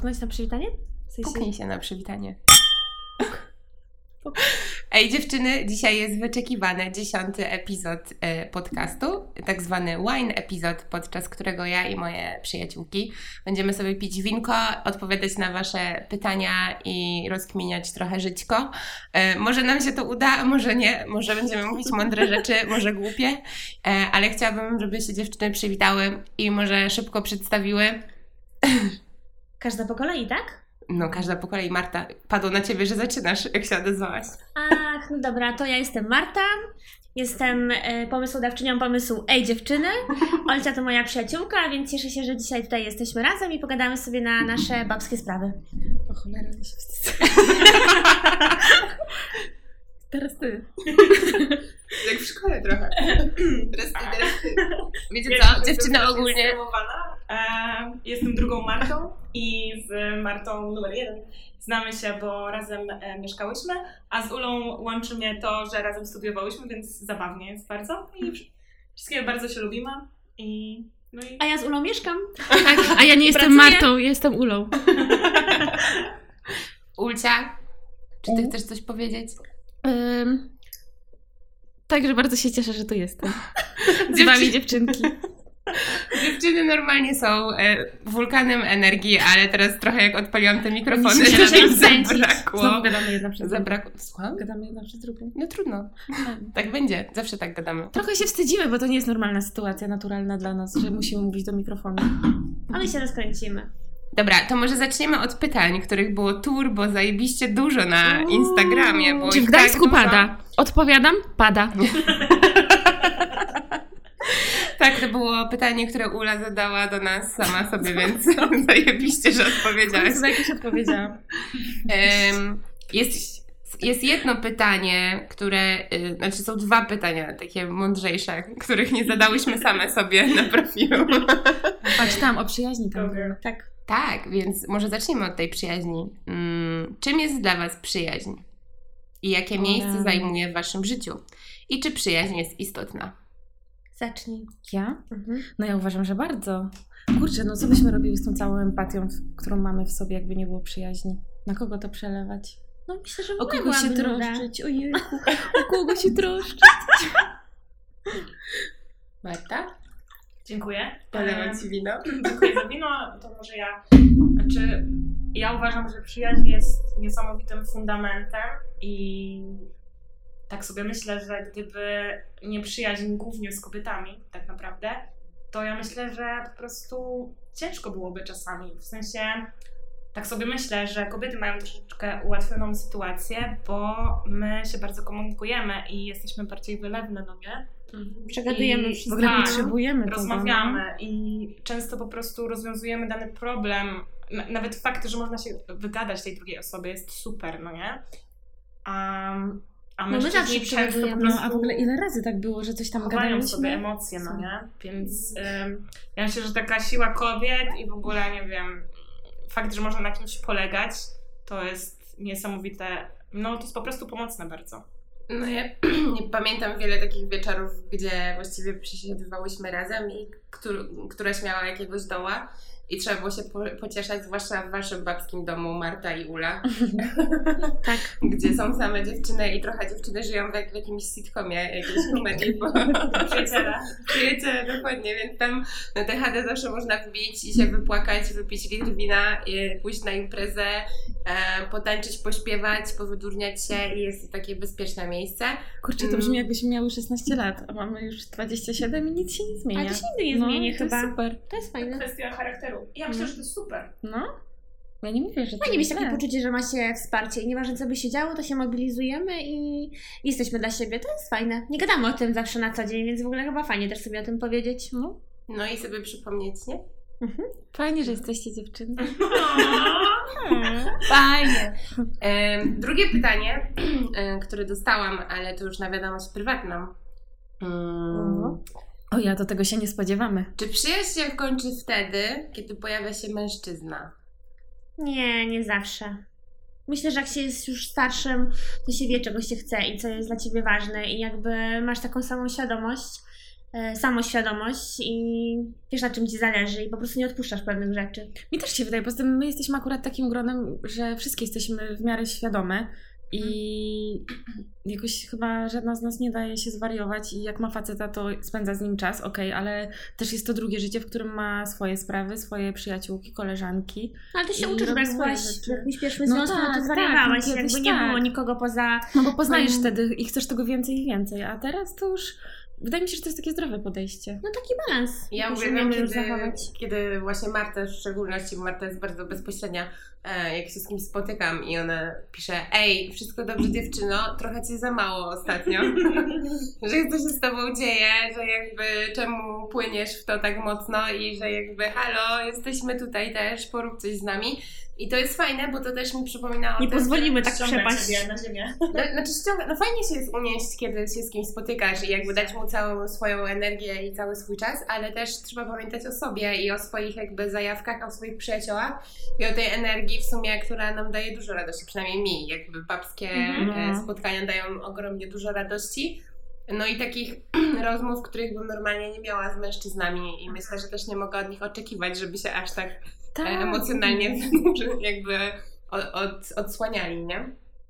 puknąć na przywitanie? W sensie... Puknij się na przywitanie. Ej, dziewczyny, dzisiaj jest wyczekiwany 10. epizod podcastu, tak zwany wine epizod, podczas którego ja i moje przyjaciółki będziemy sobie pić winko, odpowiadać na wasze pytania i rozkminiać trochę żyćko. Może nam się to uda, a może nie, może będziemy mówić mądre rzeczy, może głupie, ale chciałabym, żeby się dziewczyny przywitały i może szybko przedstawiły. Każda po kolei, tak? No, każda po kolei. Marta, padło na ciebie, że zaczynasz, jak się odezwałaś. Ach, no dobra, to ja jestem Marta. Jestem pomysłodawczynią pomysłu Ej dziewczyny. Olcia to moja przyjaciółka, więc cieszę się, że dzisiaj tutaj jesteśmy razem i pogadamy sobie na nasze babskie sprawy. O cholera, mi się wstydzę. Teraz ty. Jak w szkole trochę. Teraz ty. Wiecie co, dziewczyny ogólnie... Jestem drugą Martą i z Martą numer 1 znamy się, bo razem mieszkałyśmy, a z Ulą łączy mnie to, że razem studiowałyśmy, więc zabawnie jest bardzo i wszystkie bardzo się lubimy. A ja z Ulą mieszkam. Tak, a ja nie jestem Martą, jestem Ulą. Ulcia, czy ty chcesz coś powiedzieć? Także bardzo się cieszę, że tu jestem. Z wami dziewczynki. Dziewczyny normalnie są wulkanem energii, ale teraz trochę jak odpaliłam te mikrofony, to nam zabrakło. Znowu gadamy jedna przez drugą. Zabrakło. Słucham? Gadamy jedna przez drugą. No trudno. Tak będzie. Zawsze tak gadamy. Trochę się wstydzimy, bo to nie jest normalna sytuacja, naturalna dla nas, że musimy mówić do mikrofonu. Ale się rozkręcimy. Dobra, to może zaczniemy od pytań, których było turbo zajebiście dużo na Instagramie. Bo Czy w Gdańsku pada? Odpowiadam, pada. Tak, to było pytanie, które Ula zadała do nas sama sobie, więc zajebiście, że odpowiedziałaś. Na jakieś odpowiedziałam. Jest jedno pytanie, które, znaczy są dwa pytania takie mądrzejsze, których nie zadałyśmy same sobie na profilu. Patrz tam, o przyjaźni tam było. Tak. Tak, więc może zacznijmy od tej przyjaźni. Czym jest dla was przyjaźń? I jakie miejsce zajmuje w waszym życiu? I czy przyjaźń jest istotna? Zacznij. Ja? No ja uważam, że bardzo. Kurczę, no co byśmy robiły z tą całą empatią, którą mamy w sobie, jakby nie było przyjaźni? Na kogo to przelewać? No myślę, że o kogo się troszczyć? Ojejku, o kogo się troszczyć? Marta? Dziękuję. Polewam ci wino. Dziękuję za wino. To może ja... Znaczy, ja uważam, że przyjaźń jest niesamowitym fundamentem i tak sobie myślę, że gdyby nie przyjaźń głównie z kobietami tak naprawdę, to ja myślę, że po prostu ciężko byłoby czasami. W sensie, tak sobie myślę, że kobiety mają troszeczkę ułatwioną sytuację, bo my się bardzo komunikujemy i jesteśmy bardziej wylewne, no nie? Przegadujemy wszystko. W ogóle potrzebujemy tego. Rozmawiamy i często po prostu rozwiązujemy dany problem. Nawet fakt, że można się wygadać tej drugiej osobie jest super, no nie? A my zawsze często po prostu a w ogóle ile razy tak było, że coś tam chowają sobie emocje, no nie? Więc ja myślę, że taka siła kobiet i w ogóle, nie wiem, fakt, że można na kimś polegać, to jest niesamowite, no to jest po prostu pomocne bardzo. No ja nie pamiętam wiele takich wieczorów, gdzie właściwie przesiedywałyśmy razem i któraś miała jakiegoś doła i trzeba było się pocieszać, zwłaszcza w waszym babskim domu, Marta i Ula. Tak. Gdzie są same dziewczyny i trochę dziewczyny żyją w jakimś sitcomie, jakiejś komedii. Przyjaciele, dokładnie, więc tam na tę chatę zawsze można wbić i się wypłakać, wypić litr wina, pójść na imprezę, potańczyć, pośpiewać, powydurniać się i jest to takie bezpieczne miejsce. Kurczę, to brzmi jakbyśmy miały 16 lat, a mamy już 27 i nic się nie zmienia. Ale to się nigdy nie zmieni chyba. To jest super. To jest fajne. Kwestia charakteru. Ja myślę, że to jest super. No. Ja nie mówię, że to Fajnie mieć jest takie źle. poczucie, że ma się wsparcie i nieważne co by się działo, to się mobilizujemy i jesteśmy dla siebie. To jest fajne. Nie gadamy o tym zawsze na co dzień, więc w ogóle chyba fajnie też sobie o tym powiedzieć. No i sobie przypomnieć, nie? Fajnie, że jesteście dziewczyny. Fajnie. Drugie pytanie, które dostałam, ale to już na wiadomość prywatną. O ja, do tego się nie spodziewamy. Czy przyjaźń się kończy wtedy, kiedy pojawia się mężczyzna? Nie, nie zawsze. Myślę, że jak się jest już starszym, to się wie, czego się chce i co jest dla ciebie ważne i jakby masz taką samą świadomość, samoświadomość i wiesz, na czym ci zależy i po prostu nie odpuszczasz pewnych rzeczy. Mi też się wydaje, poza tym my jesteśmy akurat takim gronem, że wszystkie jesteśmy w miarę świadome i jakoś chyba żadna z nas nie daje się zwariować i jak ma faceta, to spędza z nim czas, okej, ale też jest to drugie życie, w którym ma swoje sprawy, swoje przyjaciółki, koleżanki. Ale ty się I uczysz, bo jak robi byłaś swoje w rzeczy. jakimś pierwszym No związku, no tak, to tak, zwariowałaś, no kiedyś jakby nie tak. było nikogo poza... No bo poznajesz Twoim- wtedy i chcesz tego więcej i więcej, a teraz to już wydaje mi się, że to jest takie zdrowe podejście. No taki balans. Ja jakiś uwielbiam, umiemy już zachować. kiedy właśnie Marta w szczególności, bo Marta jest bardzo bezpośrednia, jak się z kimś spotykam i ona pisze: ej, wszystko dobrze dziewczyno, trochę cię za mało ostatnio, że co się z tobą dzieje, że jakby czemu płyniesz w to tak mocno i że jakby halo, jesteśmy tutaj też, porób coś z nami. I to jest fajne, bo to też mi przypomina o Nie tym, pozwolimy tak Ściągać przepaść. ciebie na ziemię. Znaczy no fajnie się jest unieść, kiedy się z kimś spotykasz i jakby dać mu całą swoją energię i cały swój czas, ale też trzeba pamiętać o sobie i o swoich jakby zajawkach, o swoich przyjaciołach i o tej energii w sumie, która nam daje dużo radości, przynajmniej mi, jakby babskie spotkania dają ogromnie dużo radości. No i takich rozmów, których bym normalnie nie miała z mężczyznami i myślę, że też nie mogę od nich oczekiwać, żeby się aż tak emocjonalnie jakby odsłaniali, nie?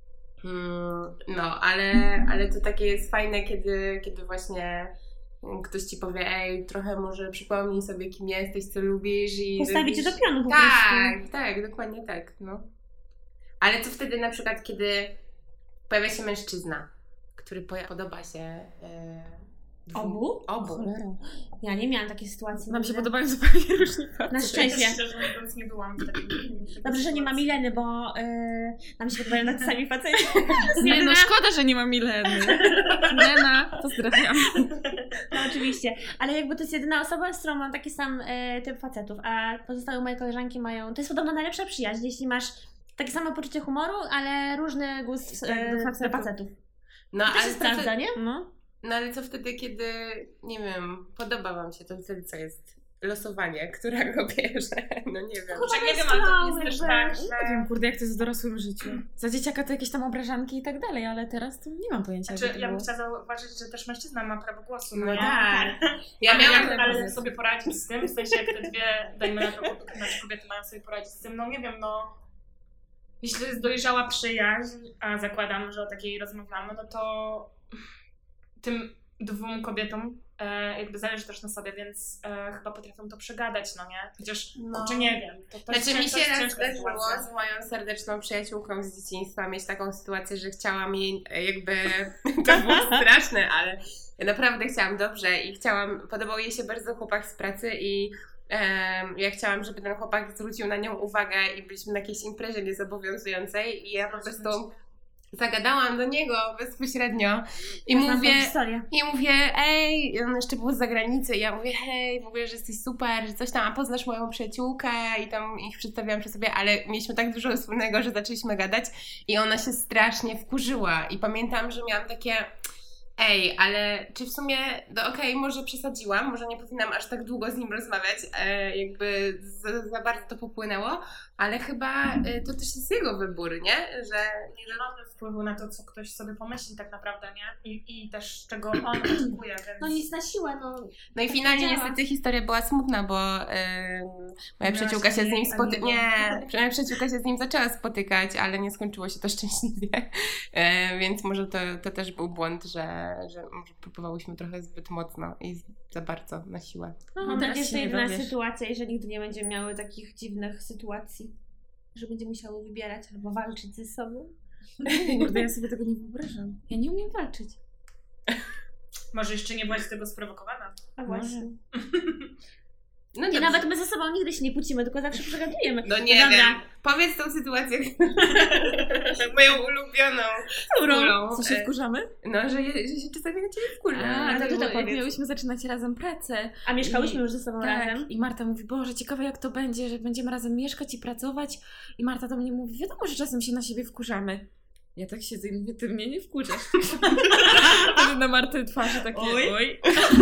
No, ale to takie jest fajne, kiedy właśnie ktoś ci powie: ej, trochę może przypomnij sobie, kim jesteś, co lubisz i... Postawić cię do pionu po tak, prostu. tak, dokładnie tak, no. Ale co wtedy na przykład, kiedy pojawia się mężczyzna, który podoba się Obu? Obu. Cholera. Ja nie miałam takiej sytuacji. Nam się nigdy. podobają zupełnie różni Na faceci. szczęście. Szczerze mówiąc, nie byłam w takiej Dobrze, że nie ma Mileny, bo nam się podobają tacy sami faceci. Nie, no szkoda, że nie ma Mileny. Milena, pozdrawiam. No oczywiście, ale jakby to jest jedyna osoba, z którą mam taki sam typ facetów, a pozostałe moje koleżanki mają... To jest podobno najlepsza przyjaźń, jeśli masz takie samo poczucie humoru, ale różny gust do facetów. No, To się ale sprawdza, nie? No ale co wtedy, kiedy, nie wiem, podoba wam się, to wtedy co jest? Losowanie, która go bierze? No nie wiem. Kurczę, nie wiem, ale to jest też tak, Nie wiem, kurde, jak to jest w dorosłym życiu. Za dzieciaka to jakieś tam obrażanki i tak dalej, ale teraz to nie mam pojęcia, Znaczy, jak to ja bym było. chciała zauważyć, że też mężczyzna ma prawo głosu. No nie? tak. Ja Ale miałam jak ale sobie poradzić z tym, w sensie jak te dwie, dajmy na to, znaczy kobiety mają sobie poradzić z tym, no nie wiem, no jeśli to jest dojrzała przyjaźń, a zakładam, że o takiej rozmawiamy, no to tym dwóm kobietom jakby zależy też na sobie, więc chyba potrafią to przegadać, no nie? Chociaż, kurczę, nie wiem. To Znaczy mi się raz ciężka zdarzyło sytuacja. z moją serdeczną przyjaciółką z dzieciństwa mieć taką sytuację, że chciałam jej jakby, to było straszne, ale ja naprawdę chciałam dobrze i podobał jej się bardzo chłopak z pracy i ja chciałam, żeby ten chłopak zwrócił na nią uwagę i byliśmy na jakiejś imprezie niezobowiązującej i ja po prostu zagadałam do niego bezpośrednio i mówię, ej, on jeszcze był z zagranicy i ja mówię, hej, w ogóle, że jesteś super, że coś tam, a poznasz moją przyjaciółkę i tam ich przedstawiałam przy sobie, ale mieliśmy tak dużo wspólnego, że zaczęliśmy gadać i ona się strasznie wkurzyła i pamiętam, że miałam takie: ej, ale czy w sumie, no okej, może przesadziłam, może nie powinnam aż tak długo z nim rozmawiać, jakby za bardzo to popłynęło, ale chyba to też jest jego wybór, nie? Że Nie mamy wpływu na to, co ktoś sobie pomyśli tak naprawdę, nie? I też czego on oczekuje, więc... No nic na siłę, no. No i finalnie Działa. niestety historia była smutna, bo moja przyjaciółka się z nim moja przyjaciółka się z nim zaczęła spotykać, ale nie skończyło się to szczęśliwie. Więc może to też był błąd, że może próbowałyśmy trochę zbyt mocno i za bardzo na siłę. Mam teraz nadzieję, że się to nie jedyna dowiesz. sytuacja i że nigdy nie będziemy miały takich dziwnych sytuacji, że będziemy musiały wybierać albo walczyć ze sobą. Kurde, ja sobie tego nie wyobrażam. Ja nie umiem walczyć. Może jeszcze nie byłaś z tego sprowokowana. A właśnie. No I dobrze. nawet my ze sobą nigdy się nie kłócimy, tylko zawsze przegadujemy. No nie Dobra. wiem. Powiedz tą sytuację. Moją ulubioną. Którą? Co się wkurzamy? No, że się czasami na ciebie wkurza. A, to to ty to jak powiedz. miałyśmy zaczynać razem pracę. A mieszkałyśmy już ze sobą razem. I Marta mówi: Boże, ciekawe jak to będzie, że będziemy razem mieszkać i pracować. I Marta do mnie mówi: wiadomo, że czasem się na siebie wkurzamy. Ja tak siedzę i mówię: ty mnie nie wkurzasz. Wtedy na Marty twarzy takie: oj.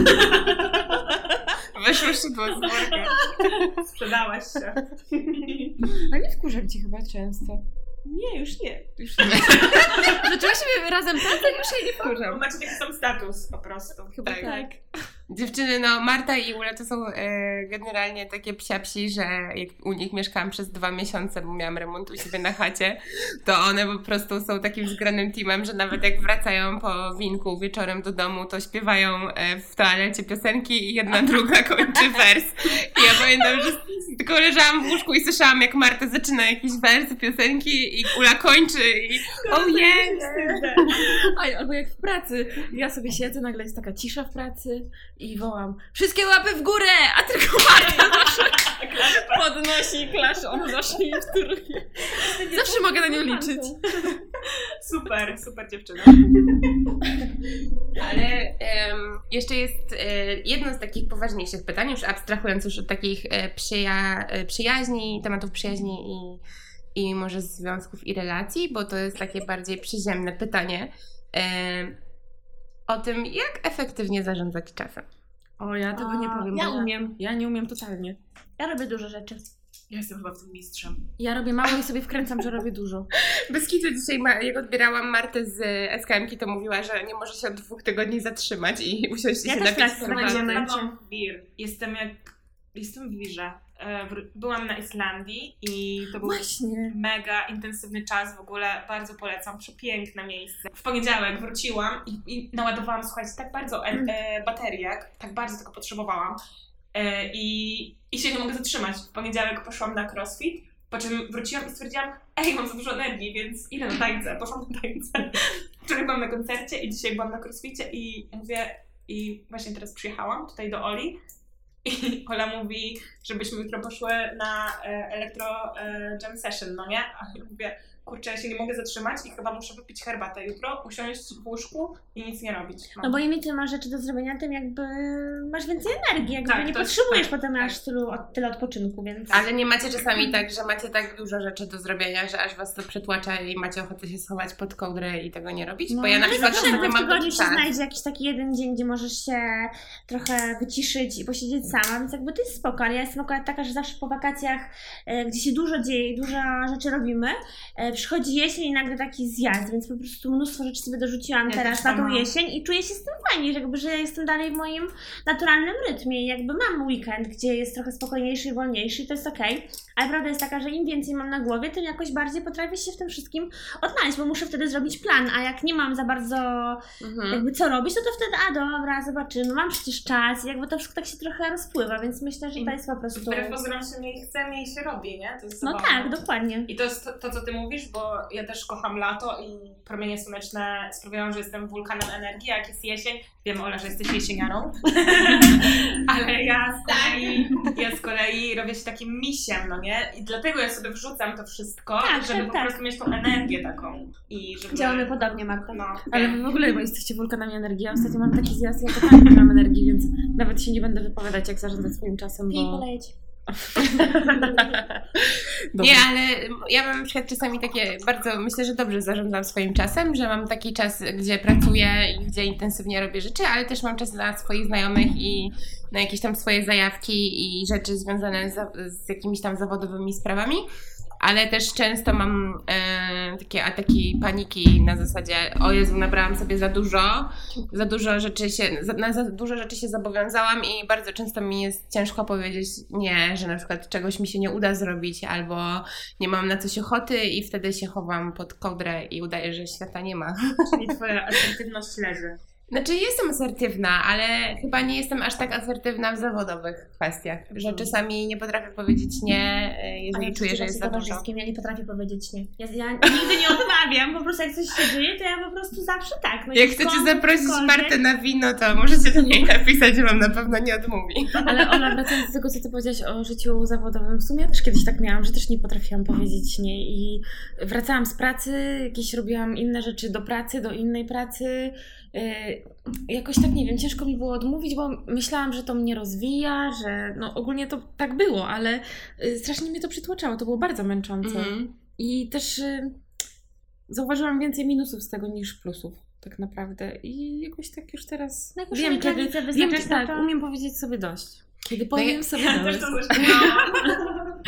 Weszło szydło z worka. Sprzedałaś się. A nie wkurzam cię chyba często. Nie, już nie. Już nie. Zaczęłyśmy razem pracę i już jej nie Bo wkurzam. macie taki sam status po prostu. Chyba Tak. tak. Dziewczyny, no Marta i Ula to są generalnie takie psi, że jak u nich mieszkałam przez 2 miesiące, bo miałam remont u siebie na chacie, to one po prostu są takim zgranym teamem, że nawet jak wracają po winku wieczorem do domu, to śpiewają w toalecie piosenki i jedna druga kończy wers. I ja pamiętam, że tylko leżałam w łóżku i słyszałam, jak Marta zaczyna jakiś wers piosenki i Ula kończy i Albo jak w pracy, ja sobie siedzę, nagle jest taka cisza w pracy i wołam: wszystkie łapy w górę, a tylko Marta podnosi klasz, on zacznie i wtóruje. Zawsze mogę na nią liczyć. Super dziewczyna. Ale jeszcze jest jedno z takich poważniejszych pytań, już abstrahując już od takich przyjaźni, tematów przyjaźni i może związków i relacji, bo to jest takie bardziej przyziemne pytanie o tym, jak efektywnie zarządzać czasem. O, ja tego nie powiem. Ja bo umiem. Ja nie umiem totalnie. Ja robię dużo rzeczy. Ja jestem chyba w tym mistrzem. Ja robię mało i sobie wkręcam, że robię dużo. Bez kitu dzisiaj, jak odbierałam Martę z SKM-ki, to mówiła, że nie może się od 2 tygodni zatrzymać i usiąść i Ja się też napić tak herbaty. zrobiłam. Jestem w wirze. Byłam na Islandii i to był Właśnie. mega intensywny czas, w ogóle bardzo polecam, przepiękne miejsce. W poniedziałek wróciłam i naładowałam, słuchajcie, tak bardzo baterię, tak bardzo tego potrzebowałam i się nie mogę zatrzymać. W poniedziałek poszłam na crossfit, po czym wróciłam i stwierdziłam, mam za dużo energii, więc idę na tańce. Poszłam na tańce. Wczoraj byłam na koncercie i dzisiaj byłam na crossficie i mówię, i właśnie teraz przyjechałam tutaj do Oli. I Ola mówi, żebyśmy jutro poszły na elektro jam session, no nie? A ja mówię, kurczę, ja się nie mogę zatrzymać i chyba muszę wypić herbatę jutro, usiąść w łóżku i nic nie robić. No bo im więcej masz rzeczy do zrobienia, tym jakby masz więcej energii, jakby Tak, nie to jest- potrzebujesz tak, potem tak. aż tyle odpoczynku, więc... Ale nie macie czasami tak, że macie tak dużo rzeczy do zrobienia, że aż was to przytłacza i macie ochotę się schować pod kołdrę i tego nie robić? No, Bo ja na ale przykład zawsze ostatnio w mam tygodniu taki się czas. znajdzie jakiś taki jeden dzień, gdzie możesz się trochę wyciszyć i posiedzieć sama, więc jakby to jest spoko, ale ja jestem akurat taka, że zawsze po wakacjach, gdzie się dużo dzieje i dużo rzeczy robimy, przychodzi jesień i nagle taki zjazd, więc po prostu mnóstwo rzeczy sobie dorzuciłam Ja teraz też na tą sama. jesień i czuję się z tym fajnie, że jakby, że ja jestem dalej w moim naturalnym rytmie i jakby mam weekend, gdzie jest trochę spokojniejszy i wolniejszy i to jest okej, ale prawda jest taka, że im więcej mam na głowie, tym jakoś bardziej potrafię się w tym wszystkim odnaleźć, bo muszę wtedy zrobić plan, a jak nie mam za bardzo jakby co robić, to wtedy, dobra, zobaczymy, mam przecież czas i jakby to wszystko tak się trochę rozpływa, więc myślę, że to jest po prostu... Wbrew pozorom się mniej chce, mniej się robi, nie? To jest No zabawne. tak, dokładnie. I to jest to, co ty mówisz, bo ja też kocham lato i promienie słoneczne sprawiają, że jestem wulkanem energii, a jak jest jesień, wiem, Ola, że jesteś jesieniarą, ale ja z kolei robię się takim misiem, no nie? I dlatego ja sobie wrzucam to wszystko, Tak, żeby tak, po tak. prostu mieć tą energię taką i żeby... Działamy podobnie, Marta. No, Ale wiem. wy w ogóle bo jesteście wulkanami energii. Ja ostatnio mam taki zjazd, ja totalnie nie mam energii, więc nawet się nie będę wypowiadać, jak zarządzać swoim czasem, Pij, bo... polejeć. Nie, ale ja mam na przykład czasami takie bardzo, myślę, że dobrze zarządzam swoim czasem, że mam taki czas, gdzie pracuję i gdzie intensywnie robię rzeczy, ale też mam czas dla swoich znajomych i na jakieś tam swoje zajawki i rzeczy związane z jakimiś tam zawodowymi sprawami. Ale też często mam takie ataki paniki na zasadzie, o Jezu, nabrałam sobie za dużo rzeczy się zobowiązałam i bardzo często mi jest ciężko powiedzieć nie, że na przykład czegoś mi się nie uda zrobić albo nie mam na coś ochoty i wtedy się chowam pod kołdrę i udaję, że świata nie ma. Czyli twoja asertywność leży. Znaczy jestem asertywna, ale chyba nie jestem aż tak asertywna w zawodowych kwestiach, że czasami nie potrafię powiedzieć nie, jeżeli czuję, że jest za dużo. Ja nie potrafię powiedzieć nie. Ja nigdy nie odmawiam, po prostu jak coś się dzieje, to ja po prostu zawsze tak. No Jak chcecie zaprosić Martę na wino, to możecie do niej napisać, że wam na pewno nie odmówi. Ale Ola, wracając do tego, co ty powiedziałaś o życiu zawodowym, w sumie ja też kiedyś tak miałam, że też nie potrafiłam powiedzieć nie i wracałam z pracy, jakieś robiłam inne rzeczy do pracy, do innej pracy. Jakoś tak, nie wiem, ciężko mi było odmówić, bo myślałam, że to mnie rozwija, że no ogólnie to tak było, ale strasznie mnie to przytłaczało, to było bardzo męczące. I też zauważyłam więcej minusów z tego niż plusów, tak naprawdę. I jakoś tak już teraz wiem, wiem, tak, umiem powiedzieć sobie dość. Kiedy powiem sobie Ja też dość. to zaczynałam.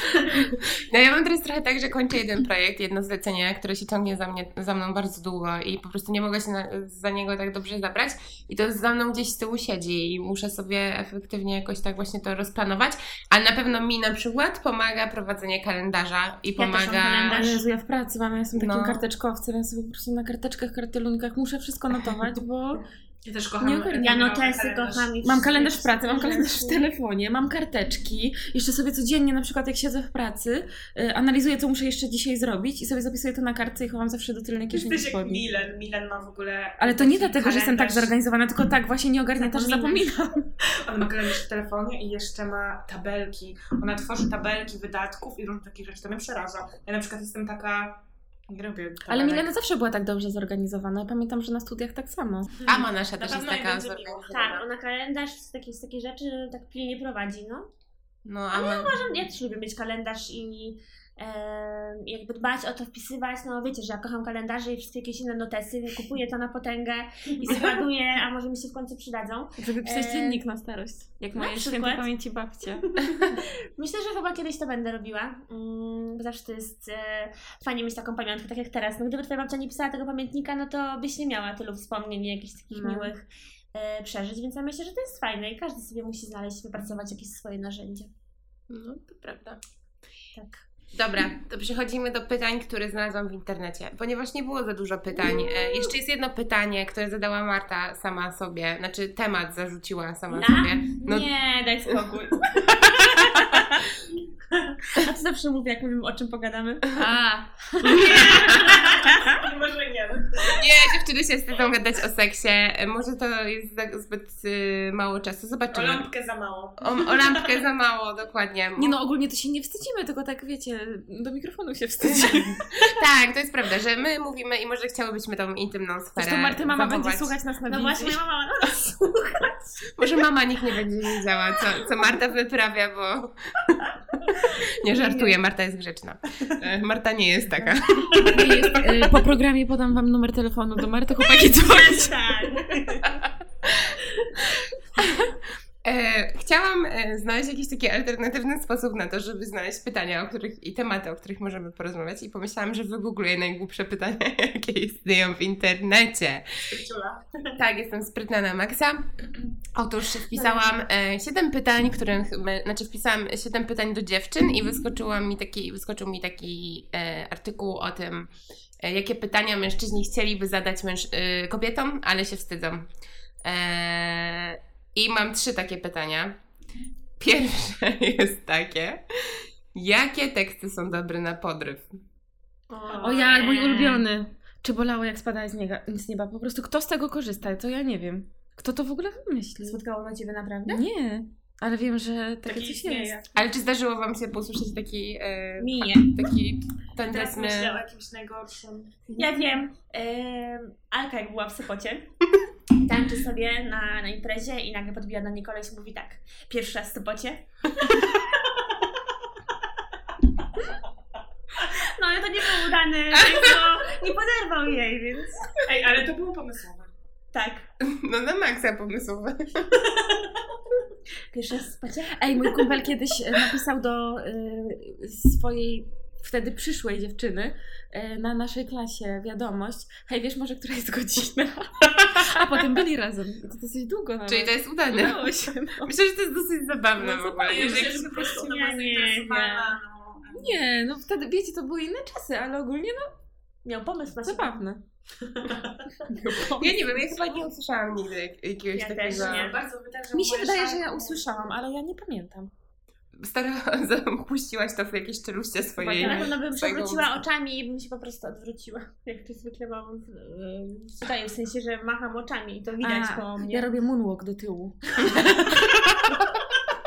No ja mam teraz trochę tak, że kończę jeden projekt, jedno zlecenie, które się ciągnie za mną bardzo długo i po prostu nie mogę się za niego tak dobrze zabrać i to za mną gdzieś z tyłu siedzi i muszę sobie efektywnie jakoś tak właśnie to rozplanować, ale na pewno mi na przykład pomaga prowadzenie kalendarza i Ja też mam pomaga... kalendarz. Jezu, ja w pracy mam, ja jestem takim No. karteczkowcem, ja sobie po prostu na karteczkach, kartelunkach muszę wszystko notować, bo Ja też Nie kocham. ogarniam. Ja robię notesy kalendarz. kocham. I mam kalendarz w wszystkie pracy, mam kalendarz w rzeczy. telefonie, mam karteczki, jeszcze sobie codziennie na przykład jak siedzę w pracy, analizuję co muszę jeszcze dzisiaj zrobić i sobie zapisuję to na kartce i chowam zawsze do tylnej kieszeni Jesteś jak spodni. Milen. Milen ma w ogóle... Ale to nie taki dlatego, że jestem tak kalendarz. zorganizowana, tylko tak właśnie nie ogarnięta, że zapominam. Ona ma kalendarz w telefonie i jeszcze ma tabelki. Ona tworzy tabelki wydatków i różne takie rzeczy. To mnie przeraża. Ja na przykład jestem taka... Nie robię tabelek. Ale Milena zawsze była tak dobrze zorganizowana. Ja pamiętam, że na studiach tak samo. Ama nasza Na też jest pewno taka nie będzie miło. zorganizowana. Tak, ona kalendarz z takie rzeczy tak pilnie prowadzi, no. No, Ama... Ja też lubię mieć kalendarz i jakby dbać o to, wpisywać, no wiecie, że ja kocham kalendarze i wszystkie jakieś inne notesy, kupuję to na potęgę i składuję, a może mi się w końcu przydadzą. Żeby pisać dziennik na starość, jak na moje przykład. świętej pamięci babcie. Myślę, że chyba kiedyś to będę robiła, bo zawsze to jest fajnie mieć taką pamiątkę, tak jak teraz. No, gdyby twoja babcia nie pisała tego pamiętnika, no to byś nie miała tylu wspomnień i jakichś takich No. miłych przeżyć, więc ja myślę, że to jest fajne i każdy sobie musi znaleźć, wypracować jakieś swoje narzędzie. No, to prawda. Tak. Dobra, to przechodzimy do pytań, które znalazłam w internecie. Ponieważ nie było za dużo pytań, jeszcze jest jedno pytanie, które zadała Marta sama sobie, znaczy temat zarzuciła sama sobie. No, Nie, daj spokój. A ty zawsze mówię, jak mówimy, o czym pogadamy. Może nie. nie, dziewczyny się wstydzą gadać o seksie, może to jest zbyt mało czasu, O zobaczymy. lampkę za mało. O lampkę za mało, dokładnie. Nie no, ogólnie to się nie wstydzimy, tylko tak wiecie, do mikrofonu się wstydzimy. Tak, to jest prawda, że my mówimy i może chciałybyśmy tą intymną sferę Zresztą Marty mama zachować. będzie słuchać nas na No wizji. właśnie, moja mama nas słucha. Może mama nikt nie będzie wiedziała, co Marta wyprawia, bo... Nie żartuję, Marta jest grzeczna. Marta nie jest taka. Nie jest, po programie podam wam numer telefonu do Marty, chłopaki dzwonić. Tak. Chciałam znaleźć jakiś taki alternatywny sposób na to, żeby znaleźć pytania i tematy, o których możemy porozmawiać i pomyślałam, że wygoogluję najgłupsze pytania, jakie istnieją w internecie. Spryciula. Tak, jestem sprytna na maksa. Otóż wpisałam 7 pytań, wpisałam 7 pytań do dziewczyn i wyskoczył mi taki artykuł o tym, jakie pytania mężczyźni chcieliby zadać kobietom, ale się wstydzą. I mam 3 takie pytania. Pierwsze jest takie: jakie teksty są dobre na podryw? O ja, mój ulubiony. Czy bolało jak spadałeś z nieba? Po prostu kto z tego korzysta? To ja nie wiem. Kto to w ogóle wymyślił? Spotkało na ciebie naprawdę? Nie, ale wiem, że takie Taki coś istnieje. jest. Ale czy zdarzyło wam się posłyszeć taki Minie. taki Teraz tandetny... myślę o jakimś najgorszym. Ja wiem, Alka jak była w Sopocie, tańczy sobie na imprezie i nagle podbija do niej koleś i mówi tak: pierwszy raz w Sopocie. No ale to nie był udany, nie poderwał jej, więc Ej, ale to było pomysłowe. tak. No na maksa pomysłowe. Pierwszy raz w Sopocie? Ej, mój kumpel kiedyś napisał do swojej wtedy przyszłej dziewczyny na naszej klasie wiadomość: hej, wiesz może, która jest godzina? A potem byli razem. To dosyć długo nawet. Czyli to jest udane. Udało się, no. Myślę, że to jest dosyć zabawne w ogóle. Ja myślę, Jeżeli... że po prostu ona była Nie, zainteresowana. Nie, no wtedy, wiecie, to były inne czasy, ale ogólnie no Miał pomysł na siebie. zabawne. Ja nie wiem, ja chyba nie usłyszałam nigdy jakiegoś Ja takiego... też nie. Bardzo wydarzę. Mi się wydaje, że ja usłyszałam, ale ja nie pamiętam. Puściłaś to w jakieś czeluście swojej... Ja na pewno bym swojego przewróciła umysłu. oczami i bym się po prostu odwróciła. Jak to zwykle mam w sensie, że macham oczami i to widać po mnie. Ja robię moonwalk do tyłu.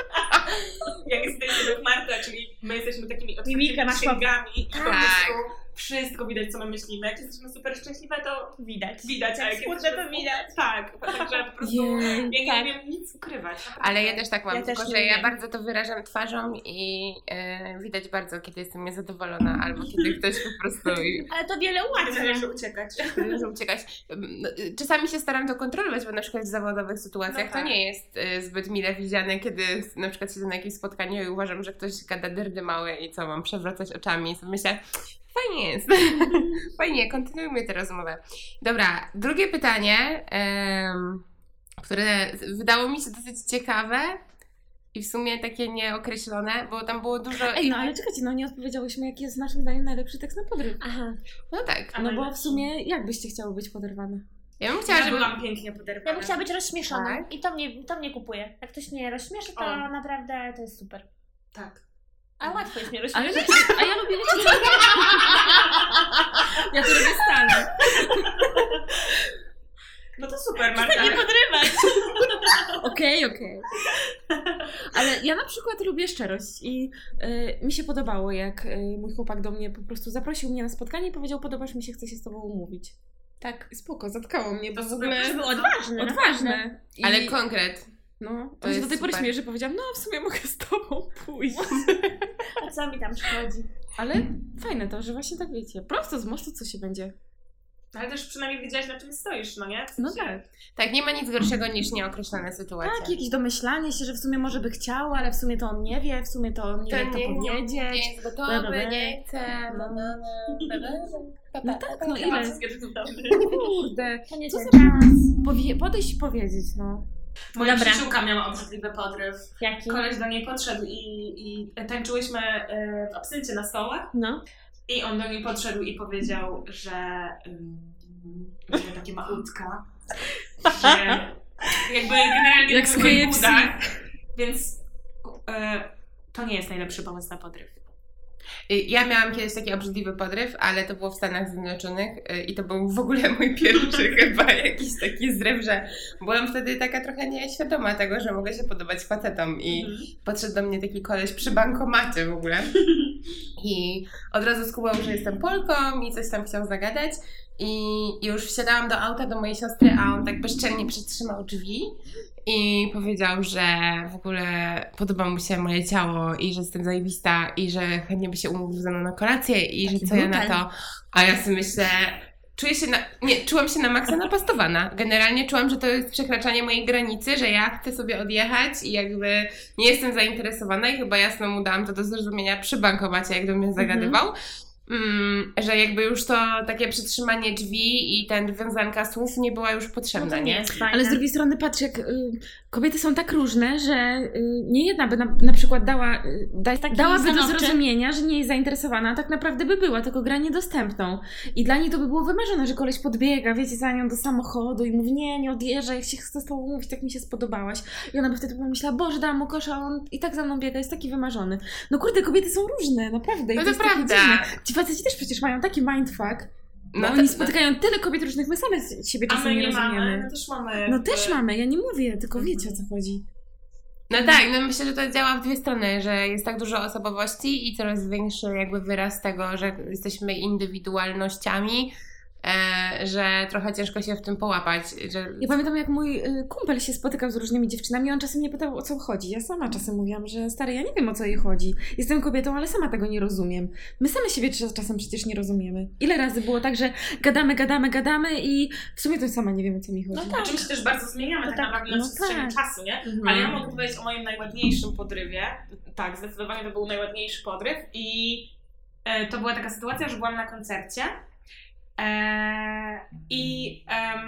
Jak jesteśmy jak Marta, czyli my jesteśmy takimi Mimikę masz otwartymi księgami. Tak. wszystko widać, co my myślimy. Jak jesteśmy super szczęśliwe, to Widać. a jak Smutne to widać. Tak, także po prostu ja nie umiem nic ukrywać. Naprawdę. Ale ja też tak mam, Ja tylko też że nie ja wiem. bardzo to wyrażam twarzą i widać bardzo, kiedy jestem niezadowolona, albo kiedy ktoś po prostu Ale to wiele Kiedy ułatwia. należy uciekać. może uciekać. Czasami się staram to kontrolować, bo na przykład w zawodowych sytuacjach No to tak. nie jest zbyt mile widziane, kiedy na przykład siedzę na jakimś spotkaniu i uważam, że ktoś gada dyrdy małe i co, mam przewracać oczami i sobie myślę, fajnie jest. Fajnie, kontynuujmy tę rozmowę. Dobra, drugie pytanie, które wydało mi się dosyć ciekawe i w sumie takie nieokreślone, bo tam było dużo... Ej, no ale czekajcie, no nie odpowiedziałyśmy, jaki jest naszym zdaniem najlepszy tekst na podryw. Aha. No tak. A No bo najlepszy? w sumie jak byście chciały być poderwane? Ja bym chciała, Ja żeby... byłam pięknie Ja poderwana. bym chciała być rozśmieszona Tak? i to mnie kupuje. Jak ktoś mnie rozśmieszy, to O. naprawdę to jest super. Tak. A łatwo jest mnie Ale rozśmieszyć. a ja lubię, wiecie co? Ja to robię stale. No to super, Marta. Nie podrywać. Okej. Ale ja na przykład lubię szczerość i mi się podobało, jak mój chłopak do mnie po prostu zaprosił mnie na spotkanie i powiedział, podobasz mi się, chcę się z tobą umówić. Tak, spoko, zatkało mnie, bo To w ogóle super. Było odważne. odważne. I, Ale konkret. no, to to się jest do tej pory super. śmieję, że powiedziałam, no w sumie mogę z tobą pójść. A co mi tam szkodzi? Ale fajne to, że właśnie tak wiecie, prosto z mostu co się będzie. Ale też przynajmniej wiedziałaś, na czym stoisz, no nie? W No sensie- tak. Tak, nie ma nic gorszego niż nieokreślone sytuacje. Tak, jakieś domyślanie się, że w sumie może by chciał, ale w sumie to on nie wie, w sumie to on nie wie, jak to powiedzieć. Nie jest gotowy, Bla. nie chce. No tak, no Ja ile? wszystkie rzeczy dobre. Kurde, To nie co ten za czas. podejść i powiedzieć, no. Moja Dobra. przyjaciółka miała obrzydliwy podryw. Jaki? Koleś do niej podszedł i tańczyłyśmy w absyncie na stołach No. i on do niej podszedł i powiedział, że takie ma udka, że jakby generalnie Jak to z był jej KFC. uda, więc to nie jest najlepszy pomysł na podryw. Ja miałam kiedyś taki obrzydliwy podryw, ale to było w Stanach Zjednoczonych i to był w ogóle mój pierwszy chyba jakiś taki zryw, że byłam wtedy taka trochę nieświadoma tego, że mogę się podobać facetom i podszedł do mnie taki koleś przy bankomacie w ogóle i od razu skumał, że jestem Polką i coś tam chciał zagadać i już wsiadałam do auta do mojej siostry, a on tak bezczelnie przytrzymał drzwi i powiedział, że w ogóle podoba mu się moje ciało i że jestem zajebista i że chętnie by się umówił ze mną na kolację i że co ja na to. A ja sobie myślę, czułam się na maksa napastowana. Generalnie czułam, że to jest przekraczanie mojej granicy, że ja chcę sobie odjechać i jakby nie jestem zainteresowana i chyba jasno mu dałam to do zrozumienia przy bankomacie, jak do mnie zagadywał. Że jakby już to takie przytrzymanie drzwi i ten wiązanka słów nie była już potrzebna, To nie nie? jest fajne. Ale z drugiej strony patrz, jak kobiety są tak różne, że nie jedna by na przykład dałaby do stanowczy. zrozumienia, że nie jest zainteresowana, a tak naprawdę by była, tylko gra niedostępną. I dla niej to by było wymarzone, że koleś podbiega, wiecie, za nią do samochodu i mówi, nie odjeżdżaj, jak się chcę z tobą mówić, tak mi się spodobałaś. I ona by wtedy pomyślała, Boże, dałam mu kosza, a on i tak za mną biega, jest taki wymarzony. No kurde, kobiety są różne, naprawdę. I No to to jest takie prawda. dziwne. Ci faceci też przecież mają taki mindfuck, bo to- oni spotykają tyle kobiet różnych, my same siebie A czasem my nie nie rozumiemy. mamy, my też mamy. No jakby- też mamy, ja nie mówię, tylko wiecie o co chodzi. No tak, no myślę, że to działa w dwie strony, że jest tak dużo osobowości i coraz większy jakby wyraz tego, że jesteśmy indywidualnościami, że trochę ciężko się w tym połapać. Że... Ja pamiętam, jak mój kumpel się spotykał z różnymi dziewczynami, on czasem mnie pytał, o co chodzi. Ja sama czasem mówiłam, że stary, ja nie wiem, o co jej chodzi. Jestem kobietą, ale sama tego nie rozumiem. My same siebie czasem przecież nie rozumiemy. Ile razy było tak, że gadamy i w sumie to sama nie wiem, o co mi chodzi. No tak. Czym się też bardzo zmieniamy tak naprawdę na no przestrzeni tak. czasu, nie? Mhm. Ale ja mogę powiedzieć o moim najładniejszym podrywie. Tak, zdecydowanie to był najładniejszy podryw i to była taka sytuacja, że byłam na koncercie i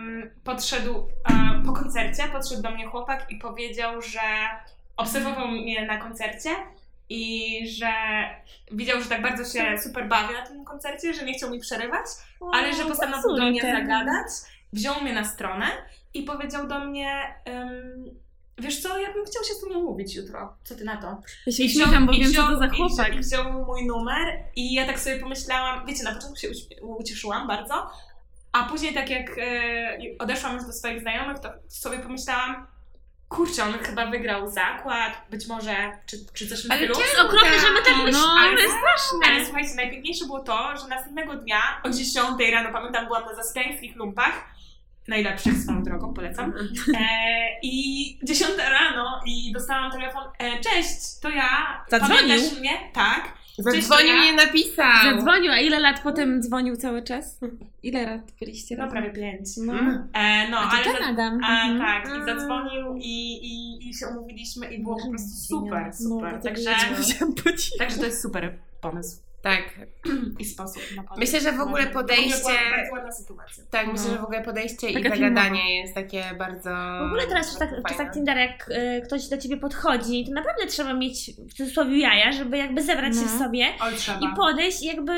po koncercie podszedł do mnie chłopak i powiedział, że obserwował mnie na koncercie i że widział, że tak bardzo się super bawię na tym koncercie, że nie chciał mi przerywać, ale że postanowił do mnie zagadać, wziął mnie na stronę i powiedział do mnie, wiesz co, ja bym chciał się z tobą umówić jutro, co ty na to? Ja się uśmiecham, bo wiem, co to za I chłopak. wziął mój numer i ja tak sobie pomyślałam, wiecie, na początku się ucieszyłam bardzo, a później tak jak odeszłam już do swoich znajomych, to sobie pomyślałam, kurczę, on chyba wygrał zakład, być może, czy coś w tym Ale stylu. jest okropne, że my tak myślimy, ale to jest straszne. Ale słuchajcie, najpiękniejsze było to, że następnego dnia o 10 rano, pamiętam, byłam na zaspiańskich lumpach, najlepszych swoją drogą, polecam. I 10 rano i dostałam telefon, cześć, to ja. Zadzwonił? Pamiętasz mnie? Tak. Zadzwonił i napisał. Zadzwonił, a ile lat potem dzwonił cały czas? Ile lat byliście No razem? prawie 5. No. Ale Ten Adam. tak, i zadzwonił i się umówiliśmy i było po prostu super. Także to jest super pomysł. Tak. I sposób na podejście. Myślę, że w ogóle podejście... była bardzo ładna sytuacja. Tak, myślę, że w ogóle podejście i Taka zagadanie jest takie bardzo... W ogóle teraz w czasach Tindera, jak ktoś do ciebie podchodzi, to naprawdę trzeba mieć w cudzysłowie jaja, żeby jakby zebrać się w sobie Oj, trzeba. i podejść i jakby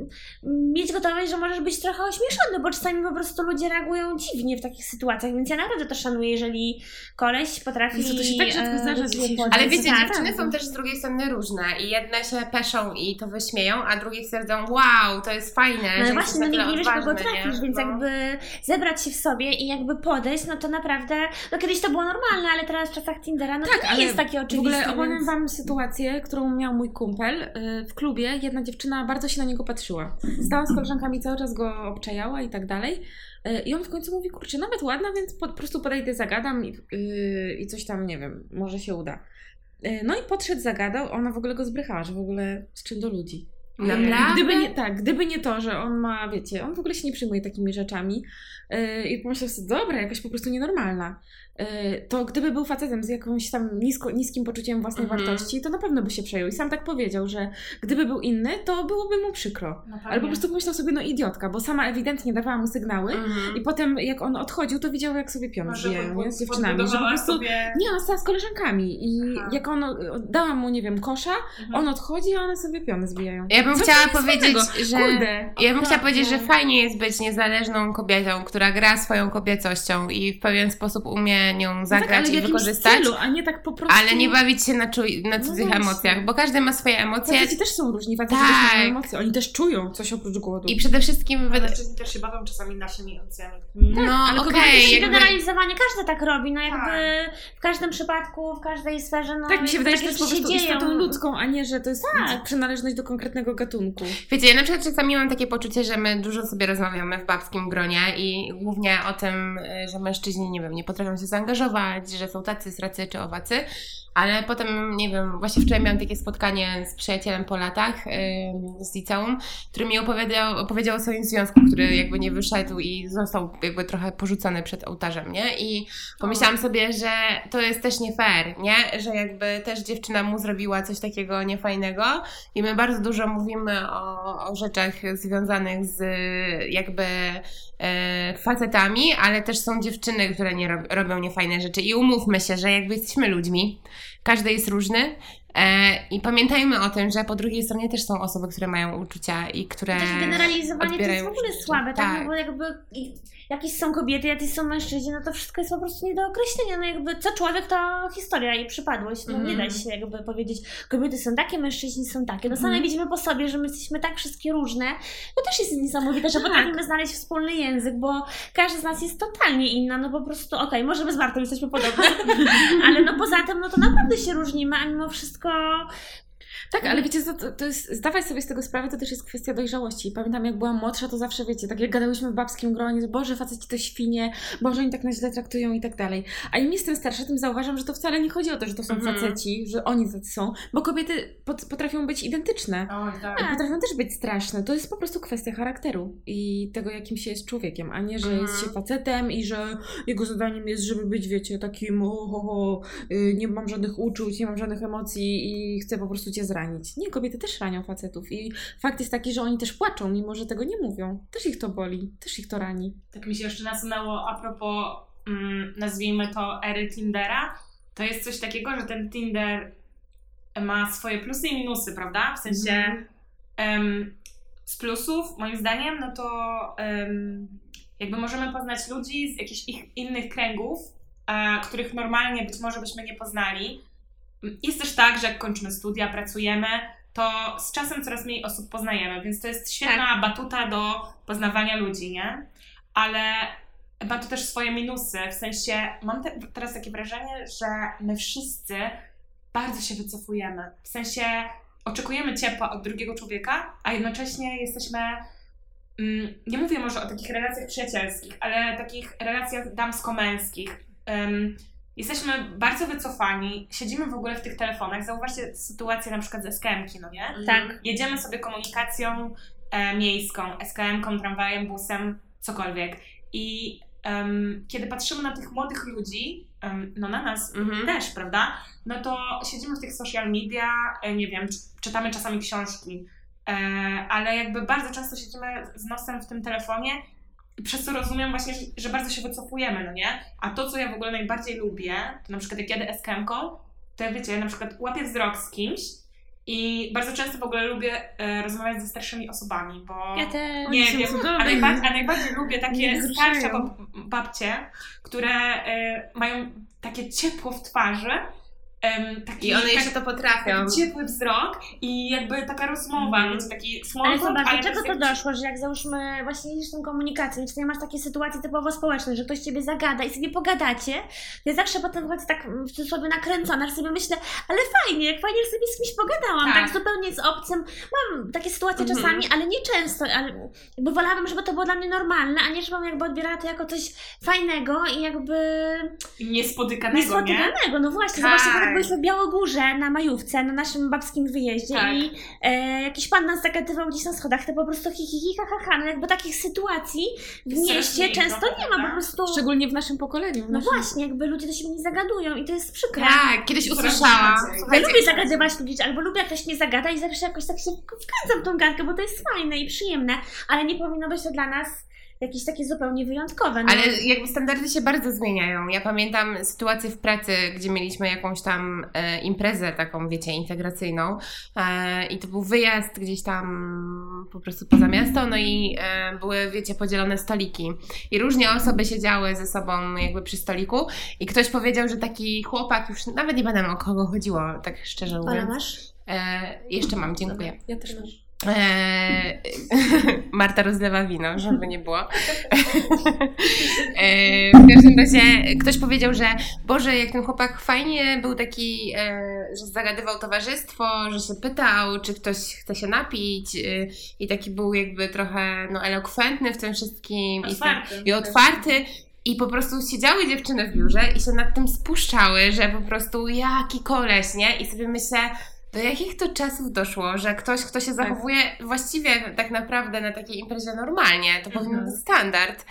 mieć gotowość, że możesz być trochę ośmieszony, bo czasami po prostu ludzie reagują dziwnie w takich sytuacjach, więc ja naprawdę to szanuję, jeżeli koleś potrafi... Co to się tak rzadko zdarza do ciebie dzisiaj. podejść. Ale wiecie, Tak. dziewczyny są też z drugiej strony różne i jedne się peszą i to wyśmieją, a drugie stwierdzą, wow, to jest fajne, No że ale właśnie, no jesteś nigdy nie wiesz, kogo odważny, trafisz, nie? więc No. jakby zebrać się w sobie i jakby podejść, no to naprawdę, no kiedyś to było normalne, ale teraz w czasach Tindera, no to nie jest takie oczywiste. W ogóle opowiem więc... wam sytuację, którą miał mój kumpel. W klubie jedna dziewczyna bardzo się na niego patrzyła. Stała z koleżankami, cały czas go obczajała i tak dalej. I on w końcu mówi, kurczę, nawet ładna, więc po prostu podejdę, zagadam i coś tam, nie wiem, może się uda. No i podszedł, zagadał, ona w ogóle go zbrychała, że w ogóle z czym do ludzi. Naprawdę? Gdyby nie to, że on ma, wiecie, on w ogóle się nie przejmuje takimi rzeczami i pomyślał sobie, dobra, jakaś po prostu nienormalna. To gdyby był facetem z jakimś tam niskim poczuciem własnej wartości, to na pewno by się przejął. I sam tak powiedział, że gdyby był inny, to byłoby mu przykro. No Ale po prostu pomyślał sobie, no idiotka, bo sama ewidentnie dawała mu sygnały i potem jak on odchodził, to widział, jak sobie piony zbijają, nie? Z dziewczynami. Że po prostu... sobie... Nie, ona stała z koleżankami i jak on dała mu, nie wiem, kosza, on odchodzi, a one sobie piony zbijają. Ja bym Co chciała to jest powiedzieć, fajnego? że... Kurde. Ja bym chciała powiedzieć, że fajnie jest być niezależną kobietą, która gra swoją kobiecością i w pewien sposób umie nią zagrać ale w i jakimś wykorzystać. stylu, a nie tak po prostu... Ale nie bawić się na cudzych właśnie. emocjach, bo każdy ma swoje emocje. Faceci też są różni, faceci Tak. też mają emocje. Oni też czują coś oprócz głodu. I przede wszystkim... Ale mężczyźni też się bawią czasami naszymi emocjami. No ale okej, Generalizowanie, każdy tak robi, no jakby w każdym przypadku, w każdej sferze, no Tak, mi się wydaje, że to takie jest po rzeczy prostu się istotą dzieją. ludzką, a nie, że to jest przynależność do konkretnego gatunku. Wiecie, ja na przykład czasami mam takie poczucie, że my dużo sobie rozmawiamy w babskim gronie i głównie o tym, że mężczyźni, nie wiem, nie potrafią się zaangażować, że są tacy, sracy czy owacy, ale potem, nie wiem, właśnie wczoraj miałam takie spotkanie z przyjacielem po latach z liceum, który mi opowiedział o swoim związku, który jakby nie wyszedł i został jakby trochę porzucony przed ołtarzem, nie? I pomyślałam sobie, że to jest też nie fair, nie? Że jakby też dziewczyna mu zrobiła coś takiego niefajnego i my bardzo dużo mówimy o rzeczach związanych z jakby facetami, ale też są dziewczyny, które nie robią niefajne rzeczy i umówmy się, że jakby jesteśmy ludźmi, każdy jest różny i pamiętajmy o tym, że po drugiej stronie też są osoby, które mają uczucia i które Chociaż generalizowanie to jest w ogóle rzeczy. słabe, tak? No bo jakby jakieś są kobiety, jacyś są mężczyźni, no to wszystko jest po prostu nie do określenia, no jakby co człowiek to historia i przypadłość, no nie da się jakby powiedzieć, kobiety są takie, mężczyźni są takie, no same widzimy po sobie, że my jesteśmy tak wszystkie różne, to też jest niesamowite, że potrafimy znaleźć wspólny język, bo każdy z nas jest totalnie inna, no po prostu okej, może my z Martą jesteśmy podobne, ale no poza tym, no to naprawdę się różnimy, a mimo wszystko... Tak, ale wiecie, to jest, zdawać sobie z tego sprawę, to też jest kwestia dojrzałości. Pamiętam, jak byłam młodsza, to zawsze, wiecie, tak jak gadałyśmy w babskim gronie, że Boże, faceci to świnie, Boże, oni tak nas źle traktują i tak dalej. A im jestem starsza, tym zauważam, że to wcale nie chodzi o to, że to są faceci, że oni tacy są, bo kobiety potrafią być identyczne. I potrafią też być straszne. To jest po prostu kwestia charakteru i tego, jakim się jest człowiekiem, a nie, że jest się facetem i że jego zadaniem jest, żeby być, wiecie, takim nie mam żadnych uczuć, nie mam żadnych emocji i chcę po prostu cię zranić. Nie, kobiety też ranią facetów i fakt jest taki, że oni też płaczą, mimo że tego nie mówią. Też ich to boli, też ich to rani. Tak mi się jeszcze nasunęło a propos, nazwijmy to ery Tindera, to jest coś takiego, że ten Tinder ma swoje plusy i minusy, prawda? W sensie z plusów, moim zdaniem, no to jakby możemy poznać ludzi z jakichś innych kręgów, których normalnie być może byśmy nie poznali. Jest też tak, że jak kończymy studia, pracujemy, to z czasem coraz mniej osób poznajemy, więc to jest świetna batuta do poznawania ludzi, nie? Ale ma to też swoje minusy, w sensie mam teraz takie wrażenie, że my wszyscy bardzo się wycofujemy, w sensie oczekujemy ciepła od drugiego człowieka, a jednocześnie jesteśmy, nie mówię może o takich relacjach przyjacielskich, ale takich relacjach damsko-męskich. Jesteśmy bardzo wycofani, siedzimy w ogóle w tych telefonach. Zauważcie sytuację na przykład z SKM-ki, no nie? Tak. Jedziemy sobie komunikacją miejską, SKM-ką, tramwajem, busem, cokolwiek. I kiedy patrzymy na tych młodych ludzi, no na nas też, prawda? No to siedzimy w tych social media, nie wiem, czytamy czasami książki, ale jakby bardzo często siedzimy z nosem w tym telefonie, przez co rozumiem właśnie, że bardzo się wycofujemy, no nie? A to, co ja w ogóle najbardziej lubię, to na przykład jak jadę SKM-ką, to ja wiecie, na przykład łapię wzrok z kimś i bardzo często w ogóle lubię rozmawiać ze starszymi osobami, bo Ja też. nie wiem, a najbardziej lubię takie starsze babcie, które mają takie ciepło w twarzy, I one jeszcze to potrafią. Taki ciepły wzrok i jakby taka rozmowa, wiecie, taki small Ale talk, zobacz, do ale czego to doszło, że jak załóżmy właśnie idziesz tą komunikacją, czy masz takie sytuacje typowo społeczne, że ktoś ciebie zagada i sobie pogadacie, ja zawsze potem wychodzę tak w cudzysłowie nakręcona, że sobie myślę, ale fajnie, jak fajnie, że sobie z kimś pogadałam, tak zupełnie z obcym. Mam takie sytuacje czasami, ale nie często, ale jakby wolałabym, żeby to było dla mnie normalne, a nie żebym jakby odbierała to jako coś fajnego i jakby niespotykanego, nie? No właśnie, zobaczcie, tak byliśmy w Białogórze na majówce, na naszym babskim wyjeździe i jakiś pan nas zagadywał gdzieś na schodach, to po prostu hi, ha, no jakby takich sytuacji w mieście często nie ma, po prostu. Szczególnie w naszym pokoleniu. No właśnie, jakby ludzie do siebie nie zagadują i to jest przykre. Tak, kiedyś usłyszałam. Ja lubię zagadywać ludzi, albo lubię jak ktoś mnie zagada i zawsze jakoś tak się wkręcam w tą gadkę, bo to jest fajne i przyjemne, ale nie powinno być to dla nas jakieś takie zupełnie wyjątkowe. No. Ale jakby standardy się bardzo zmieniają. Ja pamiętam sytuację w pracy, gdzie mieliśmy jakąś tam imprezę taką, wiecie, integracyjną i to był wyjazd gdzieś tam po prostu poza miasto, no i były, wiecie, podzielone stoliki i różnie osoby siedziały ze sobą jakby przy stoliku i ktoś powiedział, że taki chłopak, już nawet nie pamiętam o kogo chodziło, tak szczerze mówiąc. Ale masz? Jeszcze mam, dziękuję. Ja też mam. Marta rozlewa wino, żeby nie było. W każdym razie ktoś powiedział, że Boże, jak ten chłopak fajnie był taki, że zagadywał towarzystwo, że się pytał, czy ktoś chce się napić i taki był jakby trochę elokwentny w tym wszystkim i otwarty. I po prostu siedziały dziewczyny w biurze i się nad tym spuszczały, że po prostu jaki koleś, nie? I sobie myślę, do jakich to czasów doszło, że ktoś, kto się zachowuje właściwie tak naprawdę na takiej imprezie normalnie, to powinien być standard,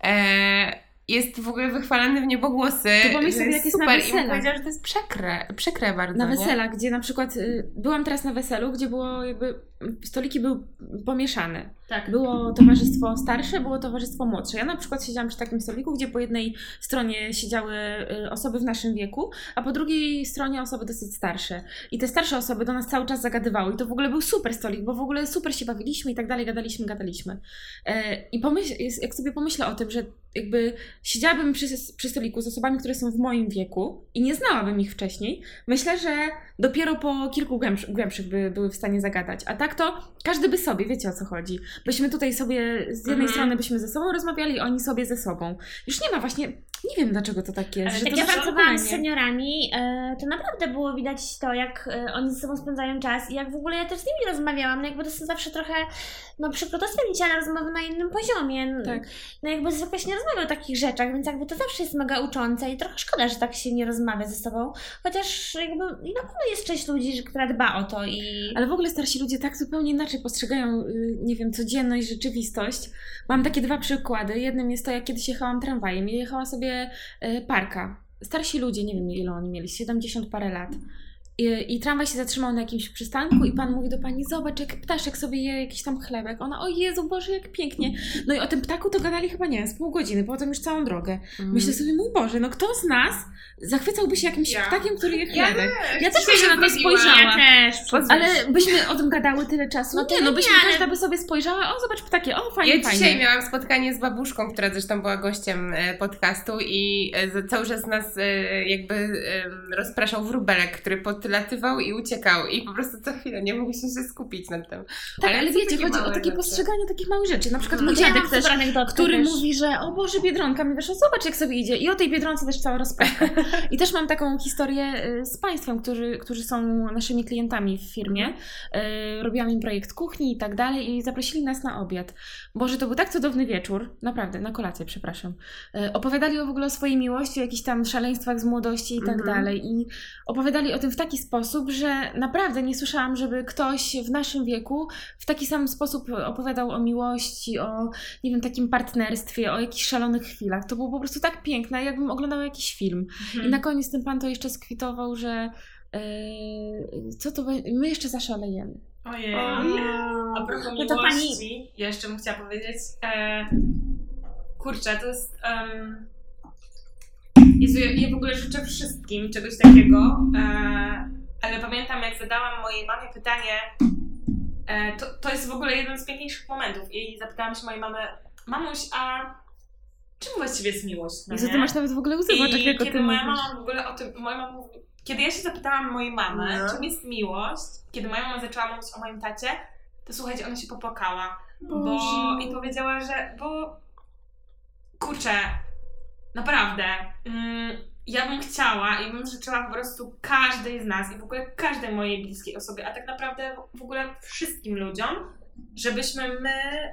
jest w ogóle wychwalany w niebogłosy, to pomyśl sobie, jak jest super. na weselach. I powiedział, że to jest przykre bardzo. Na weselach, gdzie na przykład byłam teraz na weselu, gdzie było jakby stoliki były pomieszane. Tak. Było towarzystwo starsze, było towarzystwo młodsze. Ja na przykład siedziałam przy takim stoliku, gdzie po jednej stronie siedziały osoby w naszym wieku, a po drugiej stronie osoby dosyć starsze. I te starsze osoby do nas cały czas zagadywały. I to w ogóle był super stolik, bo w ogóle super się bawiliśmy i tak dalej, gadaliśmy. I jak sobie pomyślę o tym, że jakby siedziałabym przy stoliku z osobami, które są w moim wieku i nie znałabym ich wcześniej, myślę, że dopiero po kilku głębszych by były w stanie zagadać. A tak to każdy by sobie, wiecie o co chodzi. Byśmy tutaj sobie z jednej strony byśmy ze sobą rozmawiali, oni sobie ze sobą. Już nie ma właśnie, nie wiem dlaczego to tak jest. Ale że jak to ja pracowałam pokolenie. z seniorami, to naprawdę było widać to, jak oni ze sobą spędzają czas i jak w ogóle ja też z nimi rozmawiałam, no jakby to są zawsze trochę, przykro to stwierdzić, ale rozmowy na innym poziomie. Tak. No jakby zwykle się nie rozmawia o takich rzeczach, więc jakby to zawsze jest mega uczące i trochę szkoda, że tak się nie rozmawia ze sobą, chociaż jakby na pewno jest część ludzi, która dba o to i... Ale w ogóle starsi ludzie tak zupełnie inaczej postrzegają, nie wiem, codzienność, rzeczywistość. Mam takie dwa przykłady. Jednym jest to, jak kiedyś jechałam tramwajem i jechała sobie parka. Starsi ludzie, nie wiem ile oni mieli, 70 parę lat. I tramwaj się zatrzymał na jakimś przystanku i pan mówi do pani, zobacz, jak ptaszek sobie je jakiś tam chlebek. Ona, o Jezu, Boże, jak pięknie. No i o tym ptaku to gadali chyba, nie wiem, z pół godziny, potem już całą drogę. Myślę sobie, mój Boże, no kto z nas zachwycałby się jakimś ptakiem, który je chlebek? Ja też bym się na to spojrzała. Ja też. Ale byśmy o tym gadały tyle czasu. No to byśmy ale... każda by sobie spojrzała, o zobacz ptakie, o fajnie, Ja fajnie. dzisiaj miałam spotkanie z babuszką, która zresztą była gościem podcastu i cały czas nas jakby rozpraszał wróbelek, który podlatywał i uciekał i po prostu co chwilę nie mógłbyśmy się skupić nad tym. Tak, ale są wiecie, chodzi o małe takie rzeczy. postrzeganie takich małych rzeczy. Na przykład mój Ja dziadek mam też, super anegdotkę który też. mówi, że o Boże, Biedronka mi wyszła, zobacz jak sobie idzie. I o tej Biedronce też cała rozprawka. I też mam taką historię z Państwem, którzy są naszymi klientami w firmie. Robiłam im projekt kuchni i tak dalej i zaprosili nas na obiad. Boże, to był tak cudowny wieczór, naprawdę, na kolację, przepraszam. Opowiadali w ogóle o swojej miłości, o jakichś tam szaleństwach z młodości i tak dalej. I opowiadali o tym w taki sposób, że naprawdę nie słyszałam, żeby ktoś w naszym wieku w taki sam sposób opowiadał o miłości, o, nie wiem, takim partnerstwie, o jakichś szalonych chwilach. To było po prostu tak piękne, jakbym oglądała jakiś film. I na koniec ten pan to jeszcze skwitował, że co to będzie? My jeszcze zaszalejemy. Ojej. A propos No miłości, to pani- ja jeszcze bym chciała powiedzieć, kurczę, to jest... Jezu, ja w ogóle życzę wszystkim czegoś takiego, ale pamiętam, jak zadałam mojej mamie pytanie, to jest w ogóle jeden z piękniejszych momentów i zapytałam się mojej mamy, mamuś, a czym właściwie jest miłość? No Jezu, nie? ty masz nawet w ogóle łzy w oczach, I jak o kiedy tym moja mówisz. mama w ogóle o tym, kiedy ja się zapytałam mojej mamy, czym jest miłość, kiedy moja mama zaczęła mówić o moim tacie, to słuchajcie, ona się popłakała, i powiedziała, że, kurczę, naprawdę, ja bym chciała i bym życzyła po prostu każdej z nas i w ogóle każdej mojej bliskiej osobie, a tak naprawdę w ogóle wszystkim ludziom, żebyśmy my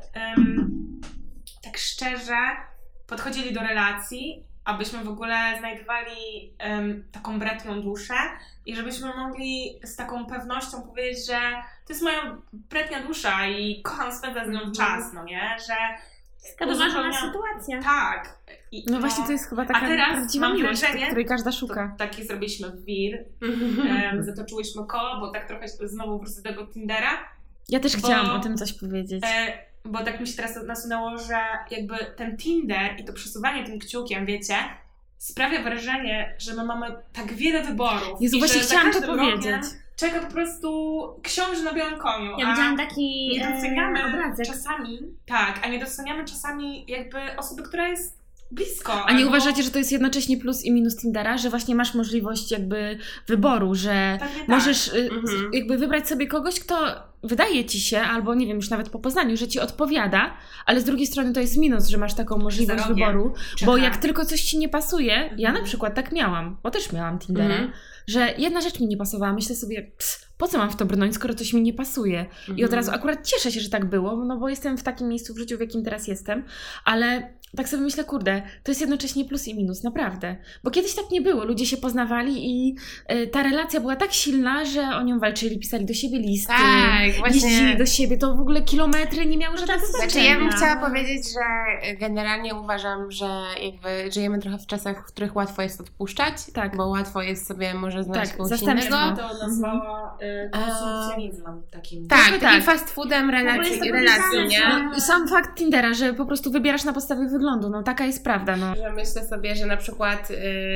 tak szczerze podchodzili do relacji, abyśmy w ogóle znajdowali taką bratnią duszę i żebyśmy mogli z taką pewnością powiedzieć, że to jest moja bratnia dusza i kocham spędzać z nią czas, no nie? Że Taka ważna sytuacja. tak. No właśnie to jest chyba taka teraz prawdziwa mam miłość, wrażenie, której każda szuka. Taki zrobiliśmy wir, zatoczyłyśmy koło, bo tak trochę znowu wrócę do tego Tindera. Ja też Bo- chciałam o tym coś powiedzieć. Bo tak mi się teraz nasunęło, że jakby ten Tinder i to przesuwanie tym kciukiem, wiecie, sprawia wrażenie, że my mamy tak wiele wyborów. Jezu, i właśnie że za chciałam to każdym rogiem powiedzieć. Czeka po prostu książę na białym koniu. Ja widziałam taki nie doceniamy obrazek. czasami, a nie doceniamy czasami jakby osoby, która jest blisko. A nie uważacie, że to jest jednocześnie plus i minus Tindera, że właśnie masz możliwość jakby wyboru, że Pewnie tak. możesz jakby wybrać sobie kogoś, kto wydaje ci się, albo nie wiem, już nawet po poznaniu, że ci odpowiada, ale z drugiej strony to jest minus, że masz taką możliwość Za rogiem. wyboru, Czeka. bo jak tylko coś ci nie pasuje, ja na przykład tak miałam, bo też miałam Tindera, że jedna rzecz mi nie pasowała, myślę sobie, po co mam w to brnąć, skoro coś mi nie pasuje. I od razu akurat cieszę się, że tak było, no bo jestem w takim miejscu w życiu, w jakim teraz jestem, ale tak sobie myślę, kurde, to jest jednocześnie plus i minus, naprawdę. Bo kiedyś tak nie było, ludzie się poznawali i ta relacja była tak silna, że o nią walczyli, pisali do siebie listy, Tak, właśnie. jeździli do siebie, to w ogóle kilometry nie miały żadnego tak, znaczenia. Znaczy ja bym chciała powiedzieć, że generalnie uważam, że jakby żyjemy trochę w czasach, w których łatwo jest odpuszczać, Tak. bo łatwo jest sobie może znaleźć Tak, kogoś zastępstwo. innego. To nazwała konsumpcjonizmem takim. Tak, tak. takim fast foodem jest relacji, to relacji, powiedziane, nie? że- Sam fakt Tindera, że po prostu wybierasz na podstawie wyglądu, no taka jest prawda, no. Że myślę sobie, że na przykład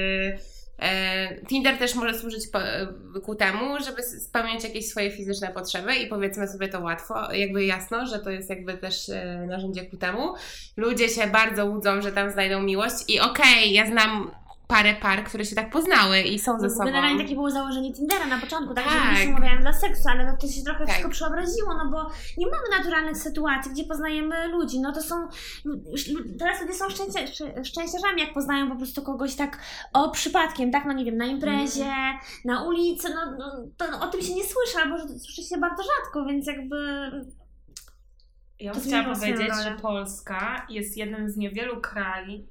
Tinder też może służyć ku temu, żeby spełniać jakieś swoje fizyczne potrzeby i powiedzmy sobie to łatwo, jakby jasno, że to jest jakby też narzędzie ku temu. Ludzie się bardzo łudzą, że tam znajdą miłość i okej, ja znam parę par, które się tak poznały i są ze sobą. Generalnie takie było założenie Tindera na początku, tak, Tak. że ludzie się umawiają dla seksu, ale no to się trochę Tak. wszystko przeobraziło, no bo nie mamy naturalnych sytuacji, gdzie poznajemy ludzi, no to są, teraz ludzie są szczęściarzami, jak poznają po prostu kogoś tak przypadkiem, tak, no nie wiem, na imprezie, na ulicy, to o tym się nie słyszy, albo że słyszy się bardzo rzadko, więc jakby... Ja To bym chciała zmieniło swoją powiedzieć, rolę. że Polska jest jednym z niewielu krajów,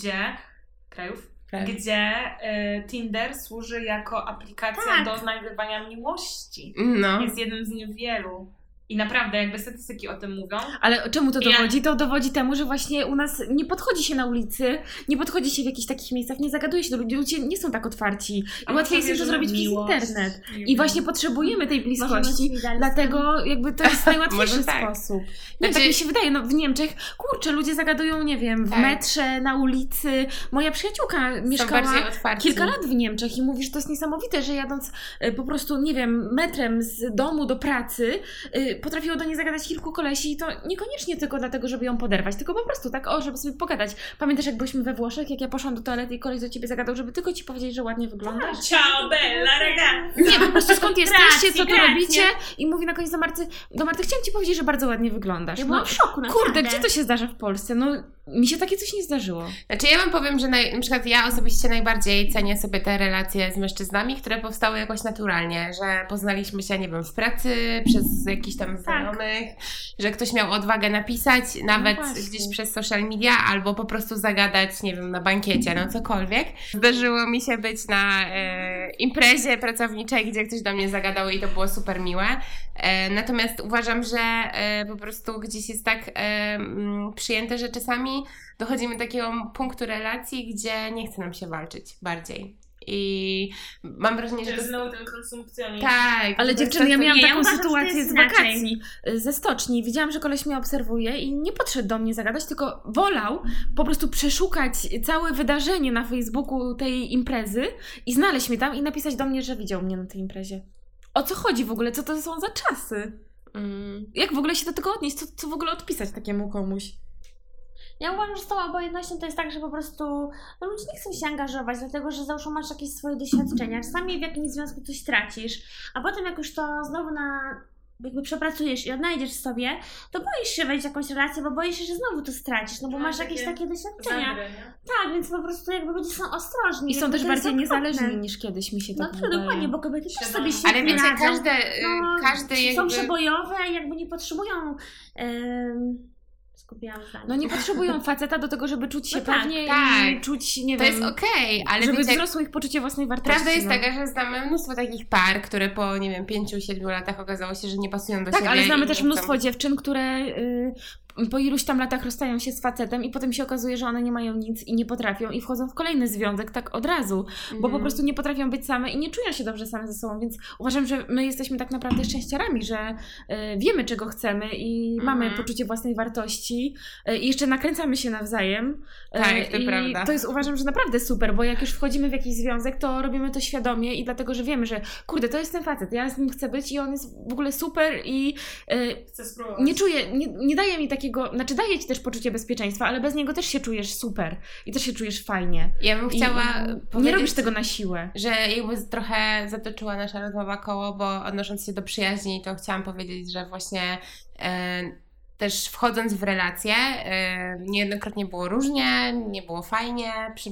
Tak. gdzie Tinder służy jako aplikacja Tak. do znajdywania miłości. No. Jest jednym z niewielu. I naprawdę, jakby statystyki o tym mówią. Ale czemu to Ja- dowodzi? To dowodzi temu, że właśnie u nas nie podchodzi się na ulicy, nie podchodzi się w jakichś takich miejscach, nie zagaduje się do ludzi, ludzie nie są tak otwarci. A I łatwiej jest im to wierzę w zrobić przez miłość. internet. Nie I wiem. właśnie potrzebujemy tej bliskości, Możemy się dlatego jakby to jest najłatwiejszy Może tak. sposób. Nie, Znaczy- tak mi się wydaje, no w Niemczech, kurczę, ludzie zagadują, nie wiem, w Tak. metrze, na ulicy. Moja przyjaciółka Są mieszkała bardziej otwarci. kilka lat w Niemczech i mówi, że to jest niesamowite, że jadąc po prostu, nie wiem, metrem z domu do pracy, potrafiło do niej zagadać kilku kolesi i to niekoniecznie tylko dlatego, żeby ją poderwać, tylko po prostu tak, żeby sobie pogadać. Pamiętasz, jak byliśmy we Włoszech, jak ja poszłam do toalety i koleś do ciebie zagadał, żeby tylko ci powiedzieć, że ładnie wyglądasz? Ciao, bella ragazzi! Nie, po prostu skąd jesteście, co tu grazie. robicie? I mówi na koniec do Marty, chciałam ci powiedzieć, że bardzo ładnie wyglądasz. Ja byłam w szoku, naprawdę. Kurde, gdzie to się zdarza w Polsce? No, mi się takie coś nie zdarzyło. Znaczy ja wam powiem, że na przykład ja osobiście najbardziej cenię sobie te relacje z mężczyznami, które powstały jakoś naturalnie, że poznaliśmy się, nie wiem, w pracy, przez jakichś tam znajomych, że ktoś miał odwagę napisać, nawet gdzieś przez social media, albo po prostu zagadać, nie wiem, na bankiecie, no cokolwiek. Zdarzyło mi się być na imprezie pracowniczej, gdzie ktoś do mnie zagadał i to było super miłe. Natomiast uważam, że po prostu gdzieś jest tak przyjęte, że czasami dochodzimy do takiego punktu relacji, gdzie nie chce nam się walczyć bardziej. I mam wrażenie, że To to jest znowu ten konsumpcjonizm. tak. Ale to jest dziewczyny, ja to- miałam Nie, ja taką uważam, że to sytuację jest z inaczej. wakacji, ze stoczni. Widziałam, że koleś mnie obserwuje i nie podszedł do mnie zagadać, tylko wolał po prostu przeszukać całe wydarzenie na Facebooku tej imprezy i znaleźć mnie tam i napisać do mnie, że widział mnie na tej imprezie. O co chodzi w ogóle? Co to są za czasy? Jak w ogóle się do tego odnieść? Co w ogóle odpisać takiemu komuś? Ja uważam, że z tą obojętnością to jest tak, że po prostu ludzie nie chcą się angażować, dlatego że załóżmy masz jakieś swoje doświadczenia. Czasami w jakimś związku coś tracisz, a potem jak już to znowu jakby przepracujesz i odnajdziesz sobie, to boisz się wejść w jakąś relację, bo boisz się, że znowu to stracisz, no bo No, masz jakieś takie doświadczenia. Zagry, nie? Tak, więc po prostu jakby ludzie są ostrożni. I są jakby też to jest bardziej okropne. niezależni niż kiedyś mi się No tak to wydaje. dokładnie, bo kobiety też Świadomie. sobie świetnie Ale wiecie, radzą. każdy Są jakby... przebojowe i jakby nie potrzebują... Skupiałam zdanie. No nie potrzebują faceta do tego, żeby czuć się No tak, pewnie tak. i czuć, nie To wiem, jest okej, ale żeby wiecie, wzrosło ich poczucie własnej wartości. prawda jest no. taka, że znamy mnóstwo takich par, które po, nie wiem, 5-7 latach okazało się, że nie pasują do Tak, siebie. ale znamy i też nie chcą- mnóstwo dziewczyn, które po iluś tam latach rozstają się z facetem i potem się okazuje, że one nie mają nic i nie potrafią i wchodzą w kolejny związek tak od razu, bo po prostu nie potrafią być same i nie czują się dobrze same ze sobą, więc uważam, że my jesteśmy tak naprawdę szczęściarami, że wiemy, czego chcemy i mamy poczucie własnej wartości i jeszcze nakręcamy się nawzajem. Tak, to i prawda. to jest, uważam, że naprawdę super, bo jak już wchodzimy w jakiś związek, to robimy to świadomie i dlatego, że wiemy, że kurde, to jest ten facet, ja z nim chcę być i on jest w ogóle super i Chcę spróbować. nie czuję, nie daje mi takiego, znaczy daje ci też poczucie bezpieczeństwa, ale bez niego też się czujesz super i też się czujesz fajnie. Ja bym chciała nie powiedzieć, robisz tego na siłę. że jakby trochę zatoczyła nasza rozmowa koło, bo odnosząc się do przyjaźni, to chciałam powiedzieć, że właśnie też wchodząc w relacje, niejednokrotnie było różnie, nie było fajnie,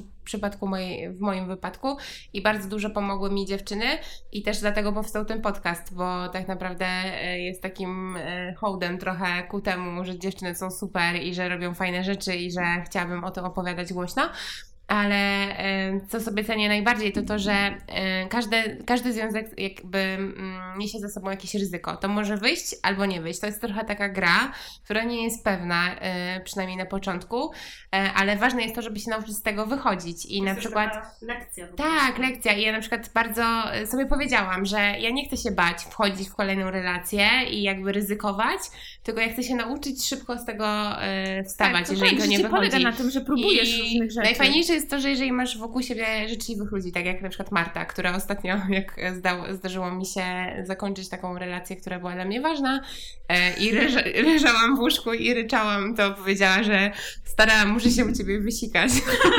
w moim wypadku i bardzo dużo pomogły mi dziewczyny i też dlatego powstał ten podcast, bo tak naprawdę jest takim hołdem trochę ku temu, że dziewczyny są super i że robią fajne rzeczy i że chciałabym o tym opowiadać głośno. Ale co sobie cenię najbardziej, to to, że każdy związek jakby niesie ze sobą jakieś ryzyko. To może wyjść albo nie wyjść. To jest trochę taka gra, która nie jest pewna, przynajmniej na początku, ale ważne jest to, żeby się nauczyć z tego wychodzić. I na przykład... Lekcja. Tak, lekcja. I ja na przykład bardzo sobie powiedziałam, że ja nie chcę się bać wchodzić w kolejną relację i jakby ryzykować, tylko ja chcę się nauczyć szybko z tego wstawać, jeżeli to nie wychodzi. polega na tym, że próbujesz różnych rzeczy. Najfajniejsze jest to, że jeżeli masz wokół siebie życzliwych ludzi, tak jak na przykład Marta, która ostatnio, jak zdarzyło mi się zakończyć taką relację, która była dla mnie ważna i leżałam w łóżku i ryczałam, to powiedziała, że stara, muszę się u ciebie wysikać.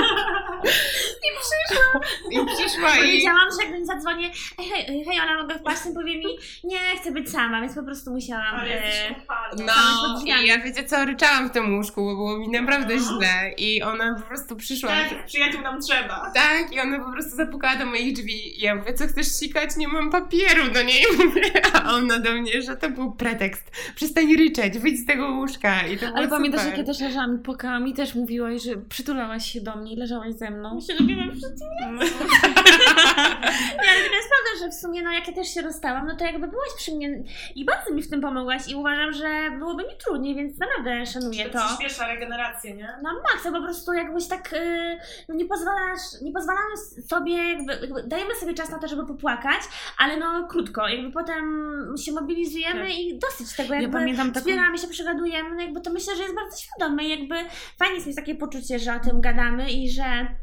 I przyszła i... Powiedziałam, że jak mi zadzwonię, hej, ona mogę wpaść, i powie mi, nie, chcę być sama, więc po prostu musiałam... Ale jesteś kochana. No, i ja wiecie co, ryczałam w tym łóżku, bo było mi naprawdę źle i ona po prostu przyszła. Tak, przyjaciół nam trzeba. Tak, i ona po prostu zapukała do moich drzwi i ja mówię, co chcesz sikać? Nie mam papieru do niej, mówię, a ona do mnie, że to był pretekst. Przestań ryczeć, wyjdź z tego łóżka i to było Ale pamiętasz, super. jak ja też leżałam i płakałam i też mówiłaś, że przytulałaś się do mnie i leżałaś ze mną. My się lubimy przed Nie, ale to jest prawda, że w sumie, no jak ja też się rozstałam, no to jakby byłaś przy mnie i bardzo mi w tym pomogłaś i uważam, że byłoby mi trudniej, więc naprawdę szanuję to. Przyspiesza regenerację, nie? Na maksa, po prostu jakbyś tak no nie pozwalamy sobie, jakby dajemy sobie czas na to, żeby popłakać, ale no krótko, jakby potem się mobilizujemy Tak. i dosyć tego, jakby Ja pamiętam taką... wspieramy się, przegadujemy, no jakby to myślę, że jest bardzo świadome i jakby fajnie jest mieć takie poczucie, że o tym gadamy i że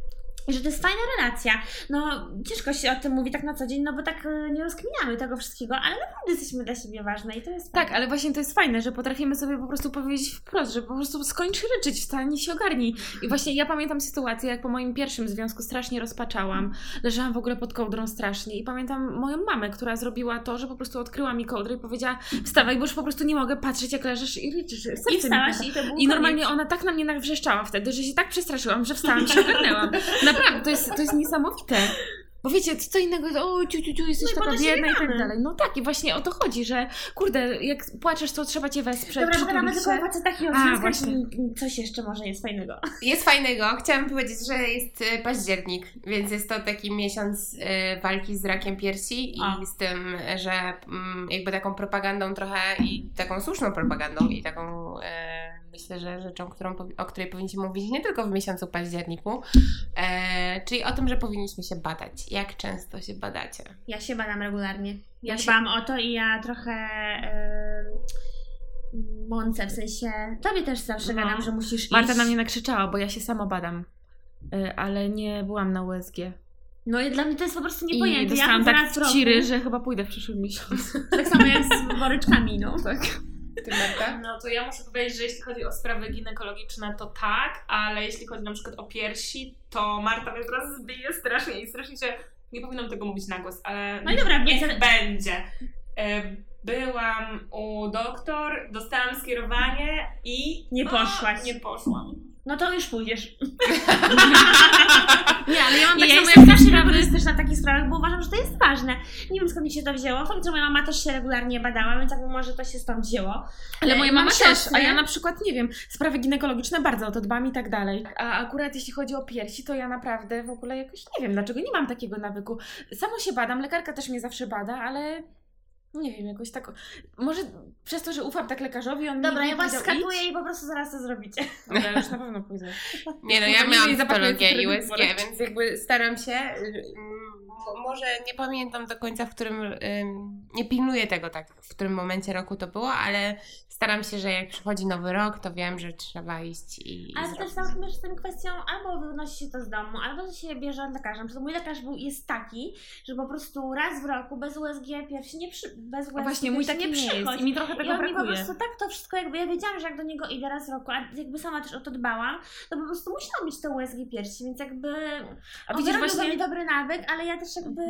I że to jest fajna relacja. No, ciężko się o tym mówi tak na co dzień, no bo tak nie rozkminiamy tego wszystkiego, ale naprawdę jesteśmy dla siebie ważne i to jest Tak, fajne. ale właśnie to jest fajne, że potrafimy sobie po prostu powiedzieć wprost, że po prostu skończ ryczeć, wstanie się ogarnij. I właśnie ja pamiętam sytuację, jak po moim pierwszym związku strasznie rozpaczałam, leżałam w ogóle pod kołdrą strasznie i pamiętam moją mamę, która zrobiła to, że po prostu odkryła mi kołdrę i powiedziała wstawaj, bo już po prostu nie mogę patrzeć, jak leżysz i ryczysz. Serce I mi wstałaś pęka. i to był I normalnie koniec. ona tak na mnie nawrzeszczała wtedy, że się tak przestraszyłam, że wstałam i się ogarnęłam. Naprawdę, to jest niesamowite. Bo wiecie, co innego, o ciu, jesteś No i po taka to się biedna i tak biegamy. dalej. No tak, i właśnie o to chodzi, że kurde, jak płaczesz, to trzeba cię wesprzeć. Dobra, pogadamy przytulić tylko o się. facetach i o A, związkach właśnie. i coś jeszcze może jest fajnego. Jest fajnego. Chciałam powiedzieć, że jest październik, więc jest to taki miesiąc walki z rakiem piersi i O. z tym, że jakby taką propagandą trochę i taką słuszną propagandą i taką myślę, że rzeczą, o której powinniśmy mówić nie tylko w miesiącu październiku, czyli o tym, że powinniśmy się badać. Jak często się badacie? Ja się badam regularnie. Ja Ja się- dbam o to i ja trochę mącę, w sensie tobie też zawsze No. gadam, że musisz Marta iść. na mnie nakrzyczała, bo ja się sama badam. Ale nie byłam na USG. No i dla mnie to jest po prostu I niepojęte. dostałam ja tak raz w roku, ciry, że chyba pójdę w przyszłym miesiącu. tak samo jak z woreczkami, no. Tak. Ty, Marta? No to ja muszę powiedzieć, że jeśli chodzi o sprawy ginekologiczne, to tak, ale jeśli chodzi na przykład o piersi, to Marta mnie teraz zbije strasznie i strasznie się... Nie powinnam tego mówić na głos, ale No i dobra, niech więc- będzie. Byłam u doktor, dostałam skierowanie i... Nie poszłaś. Nie poszłam. No to już pójdziesz. Nie, ale ja mam tak Ja samo jestem jak też sprawy... rygorystyczna na takich sprawach, bo uważam, że to jest ważne. Nie wiem, skąd mi się to wzięło. Fakt, że moja mama też się regularnie badała, więc jakby może to się stąd wzięło. Ale moja Mam mama też, siostrę. a ja na przykład, nie wiem, sprawy ginekologiczne bardzo o to dbam i tak dalej. A akurat jeśli chodzi o piersi, to ja naprawdę w ogóle jakoś nie wiem, dlaczego nie mam takiego nawyku. Samo się badam, lekarka też mnie zawsze bada, ale nie wiem, jakoś tak... Może przez to, że ufam tak lekarzowi, on Dobra, mi ja was powiedział, skakuję i po prostu zaraz to zrobicie. idź. Dobra, już na pewno pójdę. Nie no, ja Nie, miałam nie zapakuję patologię i cytryny w USG, woreczek. więc jakby staram się, może nie pamiętam do końca, w którym, nie pilnuję tego tak, w którym momencie roku to było, ale staram się, że jak przychodzi nowy rok, to wiem, że trzeba iść i Ale to też zrobić. załóżmy, że z tą kwestią albo wynosi się to z domu, albo się bierze od lekarza. Na przykład mój lekarz jest taki, że po prostu raz w roku bez USG piersi nie bez USG A właśnie, mój piersi taki nie jest przychodź. i mi trochę I tego on mi po brakuje. prostu tak to wszystko, jakby ja wiedziałam, że jak do niego idę raz w roku, a jakby sama też o to dbałam, to po prostu musiałam mieć to USG piersi, więc jakby A on widzisz wyrobił właśnie... we mnie dobry nawyk, ale ja też jakby...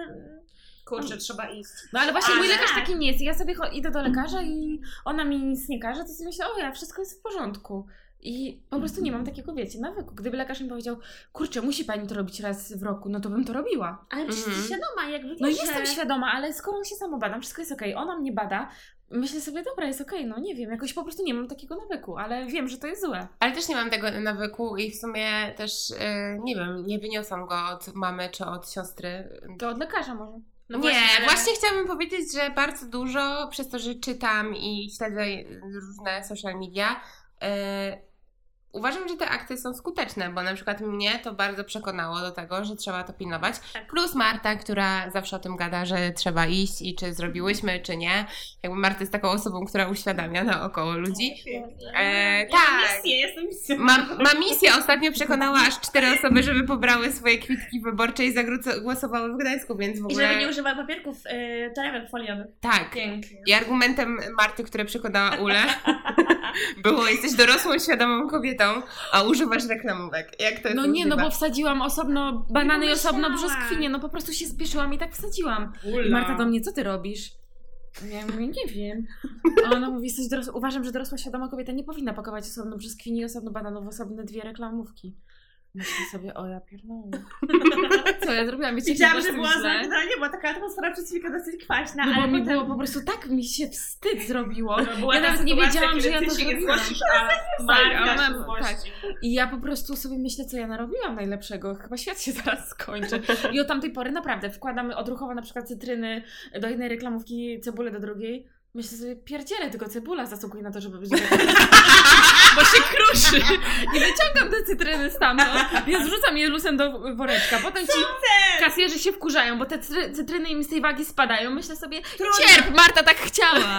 Kurczę, trzeba iść. No ale właśnie mój Ale- lekarz taki nie jest. Ja sobie idę do lekarza i ona mi nic nie każe, to sobie myślę, o ja, wszystko jest w porządku. I po prostu nie mam takiego, wiecie, nawyku. Gdyby lekarz mi powiedział, kurczę, musi pani to robić raz w roku, no to bym to robiła. Ale przecież Mhm. ty świadoma, jakby wiesz, No że... jestem świadoma, ale skoro się samo badam, wszystko jest okej. Ona mnie bada, myślę sobie, dobra, jest okej, no nie wiem, jakoś po prostu nie mam takiego nawyku, ale wiem, że to jest złe. Ale też nie mam tego nawyku i w sumie też, nie wiem, nie wyniosłam go od mamy czy od siostry. To od lekarza może. No Nie, ale- właśnie chciałabym powiedzieć, że bardzo dużo, przez to, że czytam i śledzę różne social media, uważam, że te akty są skuteczne, bo na przykład mnie to bardzo przekonało do tego, że trzeba to pilnować. Tak. Plus Marta, która zawsze o tym gada, że trzeba iść i czy zrobiłyśmy, czy nie. Jakby Marta jest taką osobą, która uświadamia naokoło ludzi. Ja Tak. mam misję, jestem misją. Ma misję, ostatnio przekonała aż 4 osoby, żeby pobrały swoje kwitki wyborcze i zagłosowały w Gdańsku, więc w I ogóle... żeby nie używał papierków, torebek foliowych. Tak. Pięknie. I argumentem Marty, które przekonała Ulę, było: jesteś dorosłą, świadomą kobietą, a używasz reklamówek. Jak to jest No nie, no możliwe? bo wsadziłam osobno banany i osobno pomyślałaś. brzoskwinie, no po prostu się spieszyłam i tak wsadziłam. I Marta do mnie, co ty robisz? Ja mówię, nie wiem. A ona mówi, jesteś uważam, że dorosła, świadoma kobieta nie powinna pakować osobno brzoskwini i osobno bananów w osobne 2 reklamówki. Myślę sobie, o ja pierdolę. Co ja zrobiłam? Wiecie, Wiedziałam, jak że mi była było z tym źle? znak, nie, bo taka atmosfera przez chwilkę dosyć kwaśna, No bo ale mi potem... było po prostu tak, mi się wstyd zrobiło. Była Ja ta nawet nie sytuacja, wiedziałam, że kiedy ja ty to się nie zrobiłam. zgłosisz, a Marta Marta się się zgłosi. I ja po prostu sobie myślę, co ja narobiłam najlepszego. Chyba świat się zaraz skończy. I od tamtej pory naprawdę wkładamy odruchowo na przykład cytryny do jednej reklamówki, cebulę do drugiej. Myślę sobie, pierdzielę, tylko cebula zasługuje na to, żeby być bo się kruszy. I wyciągam te cytryny stamtąd, więc wrzucam je lusem do woreczka. Potem ci kasjerzy się wkurzają, bo te cytryny im z tej wagi spadają. Myślę sobie, cierp, Marta tak chciała.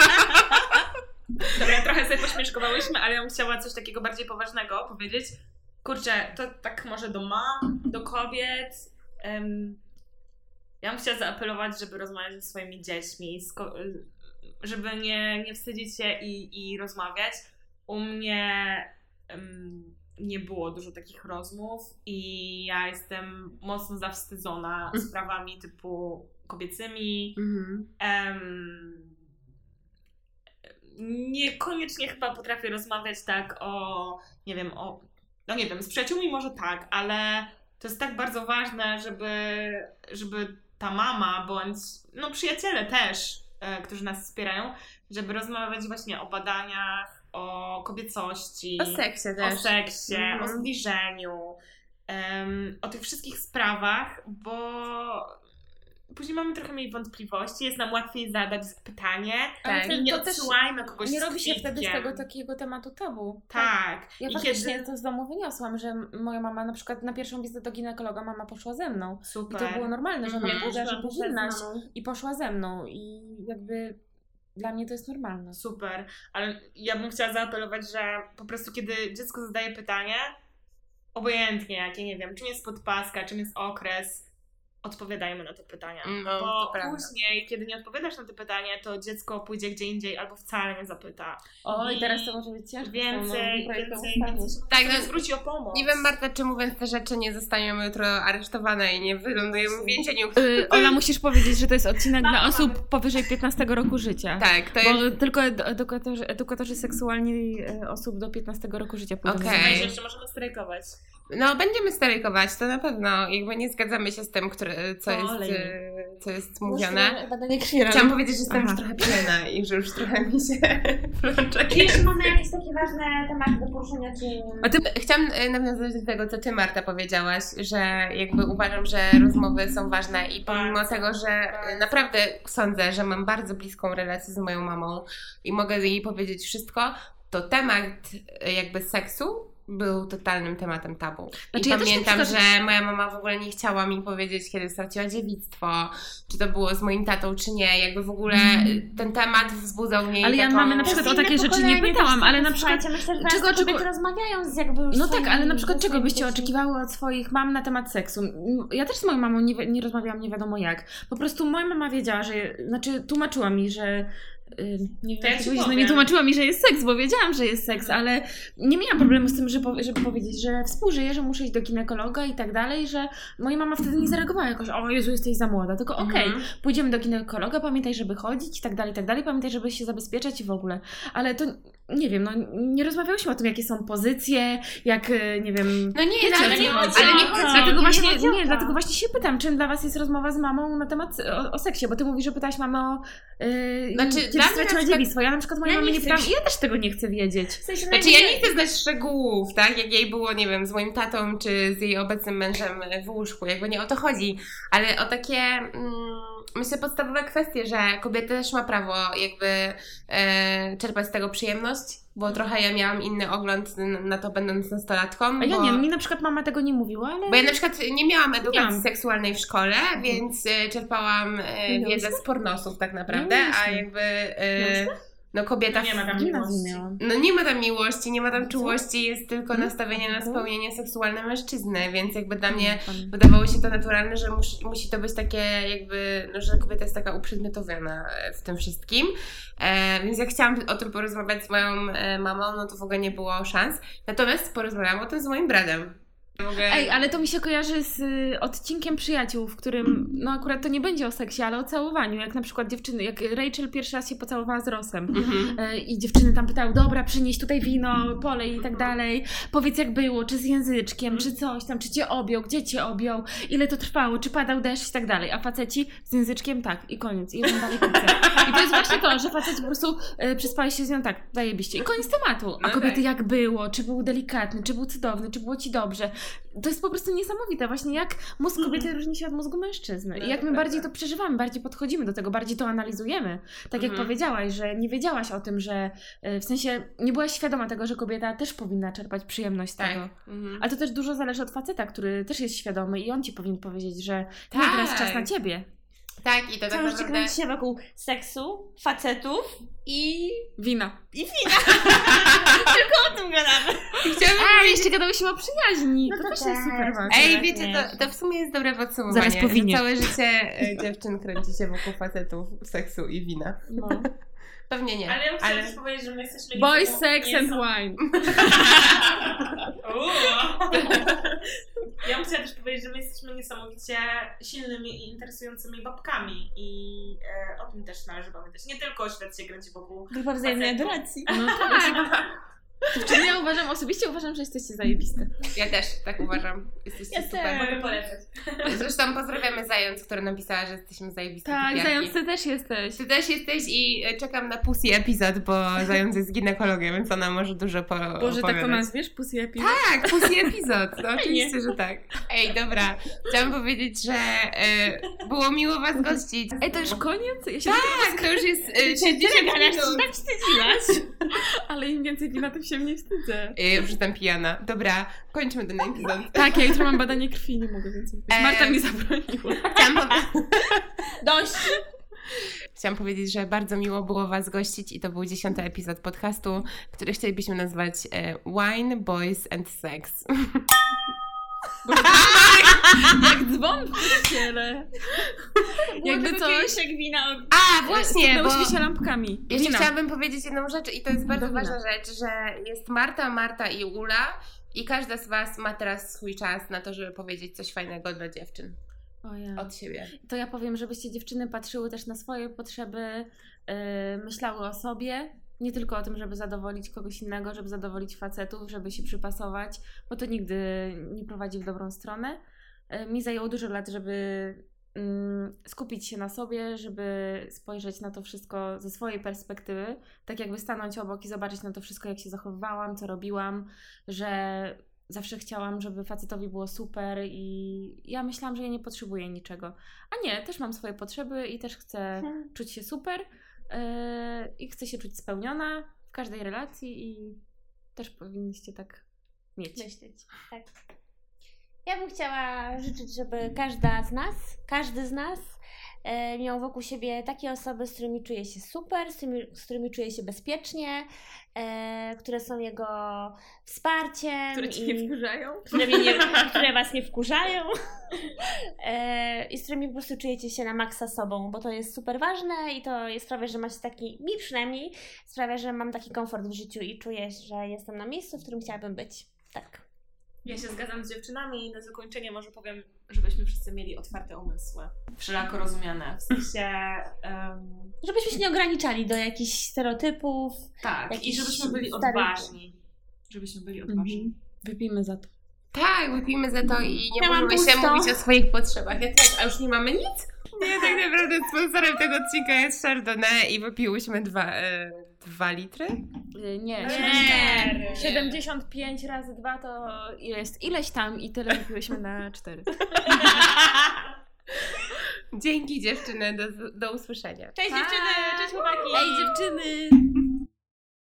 Dobra, trochę sobie pośmieszkowałyśmy, ale ja bym chciała coś takiego bardziej poważnego powiedzieć. Kurczę, to tak może do mam, do kobiet. Ja bym chciała zaapelować, żeby rozmawiać ze swoimi dziećmi, żeby nie wstydzić się i rozmawiać. U mnie nie było dużo takich rozmów i ja jestem mocno zawstydzona sprawami typu kobiecymi. Niekoniecznie chyba potrafię rozmawiać tak z przyjaciółmi może tak, ale to jest tak bardzo ważne, żeby ta mama bądź przyjaciele też, którzy nas wspierają, żeby rozmawiać właśnie o badaniach, o kobiecości, O seksie też. o seksie, o zbliżeniu, o tych wszystkich sprawach, bo później mamy trochę mniej wątpliwości, jest nam łatwiej zadać pytanie i nie odsyłajmy kogoś nie z robi się wtedy z kwitkiem. tego takiego tematu tabu. Tak. Ja faktycznie to z domu wyniosłam, że moja mama na przykład na pierwszą wizytę do ginekologa mama poszła ze mną. Super. I to było normalne, że ona powiedziała, że powinnaś z mamą. i poszła ze mną i jakby dla mnie to jest normalne. Super, ale ja bym chciała zaapelować, że po prostu kiedy dziecko zadaje pytanie, obojętnie jakie, nie wiem, czym jest podpaska, czym jest okres, odpowiadajmy na te pytania. No, bo później, kiedy nie odpowiadasz na te pytania, to dziecko pójdzie gdzie indziej albo wcale nie zapyta. O, i teraz to może być ciężko. Więcej Tak, no, zwróci o pomoc. Nie wiem, Marta, czy mówiąc te rzeczy nie zostaniemy jutro aresztowane i nie wylądujemy w więzieniu. Ola, musisz powiedzieć, że to jest odcinek dla osób powyżej 15 roku życia. Tak, to Bo jest... tylko edukatorzy seksualni osób do 15 roku życia pójdą. Okej. Słuchajcie, jeszcze możemy strajkować. No, będziemy strajkować, to na pewno. Jakby nie zgadzamy się z tym, co jest mówione. Badanie krwi. Chciałam powiedzieć, że jestem już trochę pijana i że już trochę mi się plącze. Czy jeszcze mamy jakieś takie ważne tematy do poruszenia, czy... Chciałam nawiązać do tego, co ty, Marta, powiedziałaś, że jakby uważam, że rozmowy są ważne i pomimo tego, że naprawdę sądzę, że mam bardzo bliską relację z moją mamą i mogę jej powiedzieć wszystko, to temat jakby seksu był totalnym tematem tabu. Znaczy, I ja też pamiętam, na przykład... że moja mama w ogóle nie chciała mi powiedzieć, kiedy straciła dziewictwo, czy to było z moim tatą, czy nie. Jakby w ogóle ten temat wzbudzał mnie. Ale ja mamy na przykład o takie rzeczy nie pytałam, ale na przykład... Myślę, że kobiety rozmawiają z jakby już No tak, ale na swoimi przykład czego byście dziećmi. oczekiwały od swoich mam na temat seksu? Ja też z moją mamą nie rozmawiałam nie wiadomo jak. Po prostu moja mama wiedziała, że... Znaczy tłumaczyła mi, że... Nie wiem, To ja jak ci powiedzieć, powiem. nie tłumaczyła mi, że jest seks, bo wiedziałam, że jest seks, ale nie miałam problemu z tym, żeby powiedzieć, że współżyję, że muszę iść do ginekologa i tak dalej, że moja mama wtedy nie zareagowała jakoś, o Jezu, jesteś za młoda, tylko okej, pójdziemy do ginekologa, pamiętaj, żeby chodzić i tak dalej, pamiętaj, żeby się zabezpieczać i w ogóle. Ale to, nie wiem, nie rozmawiałyśmy o tym, jakie są pozycje, jak, nie wiem... No nie, wiecie, ale nie chodzi. Dlatego właśnie się pytam, czym dla was jest rozmowa z mamą na temat o seksie, bo ty mówisz, że pytałaś mamę o... Znaczy, kiedy straciła dziewictwo. Ja na przykład mojej mamy nie pytałam i ja też tego nie chcę wiedzieć. W sensie, Znaczy ja nie chcę znać szczegółów, tak? Jak jej było, nie wiem, z moim tatą, czy z jej obecnym mężem w łóżku. Jakby nie o to chodzi. Ale o takie, myślę, podstawowe kwestie, że kobieta też ma prawo jakby czerpać z tego przyjemność. Bo trochę ja miałam inny ogląd na to, będąc nastolatką. A ja nie, mi na przykład mama tego nie mówiła, ale... Bo ja na przykład nie miałam edukacji seksualnej w szkole, więc czerpałam wiedzę z pornosów tak naprawdę, a jakby no kobieta... Nie ma tam miłości. No nie ma tam miłości, nie ma tam czułości, jest tylko nastawienie na spełnienie seksualne mężczyzny, więc jakby dla mnie wydawało się to naturalne, że musi to być takie jakby, no że kobieta jest taka uprzedmiotowiona w tym wszystkim. Więc jak chciałam o tym porozmawiać z moją mamą, no to w ogóle nie było szans. Natomiast porozmawiałam o tym z moim bratem. Ej, ale to mi się kojarzy z odcinkiem Przyjaciół, w którym, no akurat to nie będzie o seksie, ale o całowaniu, jak na przykład dziewczyny, jak Rachel pierwszy raz się pocałowała z Rossem i dziewczyny tam pytały, dobra, przynieś tutaj wino, polej i tak dalej, powiedz jak było, czy z języczkiem, czy coś tam, czy cię objął, gdzie cię objął, ile to trwało, czy padał deszcz i tak dalej, a faceci z języczkiem tak i koniec, i jeden dalej końca. I to jest właśnie to, że faceci po prostu przespali się z nią tak, zajebiście i koniec tematu, a kobiety jak było, czy był delikatny, czy był cudowny, czy było ci dobrze. To jest po prostu niesamowite właśnie, jak mózg kobiety różni się od mózgu mężczyzny. I jak my bardziej to przeżywamy, bardziej podchodzimy do tego, bardziej to analizujemy. Tak jak powiedziałaś, że nie wiedziałaś o tym, że w sensie nie byłaś świadoma tego, że kobieta też powinna czerpać przyjemność z tego. Ale to też dużo zależy od faceta, który też jest świadomy i on ci powinien powiedzieć, że nie, teraz czas na ciebie. Tak, i to tak Cały naprawdę... kręci się wokół seksu, facetów i Wina. wina. Tylko o tym gadamy. Chciałabym powiedzieć dzisiaj gadałyśmy o przyjaźni. No to to też jest też. super ważne. Ej, wiecie, to w sumie jest dobre podsumowanie. Zaraz powinie. Całe życie dziewczyn kręci się wokół facetów, seksu i wina. No. Pewnie nie. Ale ja bym chciała też powiedzieć, że my jesteśmy... Boys, niesamowite- sex and wine. Ja bym chciała też powiedzieć, że my jesteśmy niesamowicie silnymi i interesującymi babkami i o tym też należy pamiętać. Nie tylko świat się kręci wokół Grupa wzajemnej facetów. adoracji. No tak. Dziewczyny, ja osobiście uważam, że jesteście zajebiste. Ja też tak uważam. Jesteście Ja super. też. Mogę polecać. Zresztą pozdrawiamy Zając, która napisała, że jesteśmy zajebiste Tak, typiarki. Zając, ty też jesteś. Ty też jesteś i czekam na Pussy epizod, bo Zając jest ginekologiem, więc ona może dużo Boże, opowiadać. tak to nazwiesz? Pussy epizod? Tak, Pussy epizod. No oczywiście, że tak. Ej, dobra. Chciałam powiedzieć, że było miło was gościć. Ej, to już koniec? Ja się Tak, to już jest 60 minut. Tak wstydziłaś. Ale im więcej wina, tym się mniej wstydzę. Już jestem pijana. Dobra, kończmy ten epizod. Tak, ja jutro mam badanie krwi, nie mogę więcej. Marta mi zabroniła. Dość. Chciałam powiedzieć, że bardzo miło było was gościć i to był 10. epizod podcastu, który chcielibyśmy nazwać Wine, Boys and Sex. Jak dzwon w kościele. Jakby coś... Jak wina. A, właśnie, bo Styknęłyśmy się lampkami. jeszcze Wina. chciałabym powiedzieć jedną rzecz i to jest bardzo Wina. ważna rzecz, że jest Marta i Ula i każda z was ma teraz swój czas na to, żeby powiedzieć coś fajnego dla dziewczyn O ja. od siebie. To ja powiem, żebyście dziewczyny patrzyły też na swoje potrzeby, myślały o sobie, nie tylko o tym, żeby zadowolić kogoś innego, żeby zadowolić facetów, żeby się przypasować, bo to nigdy nie prowadzi w dobrą stronę. Mi zajęło dużo lat, żeby skupić się na sobie, żeby spojrzeć na to wszystko ze swojej perspektywy, tak jakby stanąć obok i zobaczyć na to wszystko, jak się zachowywałam, co robiłam, że zawsze chciałam, żeby facetowi było super i ja myślałam, że ja nie potrzebuję niczego. A nie, też mam swoje potrzeby i też chcę czuć się super i chcę się czuć spełniona w każdej relacji i też powinniście tak mieć. Myśleć. Tak. Ja bym chciała życzyć, żeby każdy z nas miał wokół siebie takie osoby, z którymi czuje się super, z którymi czuje się bezpiecznie, które są jego wsparciem. Które cię nie wkurzają? Które was nie wkurzają i z którymi po prostu czujecie się na maksa sobą, bo to jest super ważne i to sprawia, że macie mi przynajmniej sprawia, że mam taki komfort w życiu i czuję, że jestem na miejscu, w którym chciałabym być. Tak. Ja się zgadzam z dziewczynami i na zakończenie może powiem, żebyśmy wszyscy mieli otwarte umysły. Wszelako rozumiane. W sensie... Żebyśmy się nie ograniczali do jakichś stereotypów. tak, i jakichś żebyśmy byli starych- odważni. Żebyśmy byli odważni. Wypijmy za to. Tak, wypijmy za to i nie Ja mam możemy się pusto. mówić o swoich potrzebach. Ja też, a już nie mamy nic? Nie, tak naprawdę sponsorem tego odcinka jest Chardonnay i wypiłyśmy 2 litry. Nie, Nie. 75 razy 2 to jest ileś tam i tyle wypiłyśmy na 4. Dzięki dziewczyny, do usłyszenia. Cześć dziewczyny, cześć chłopaki. Ej dziewczyny!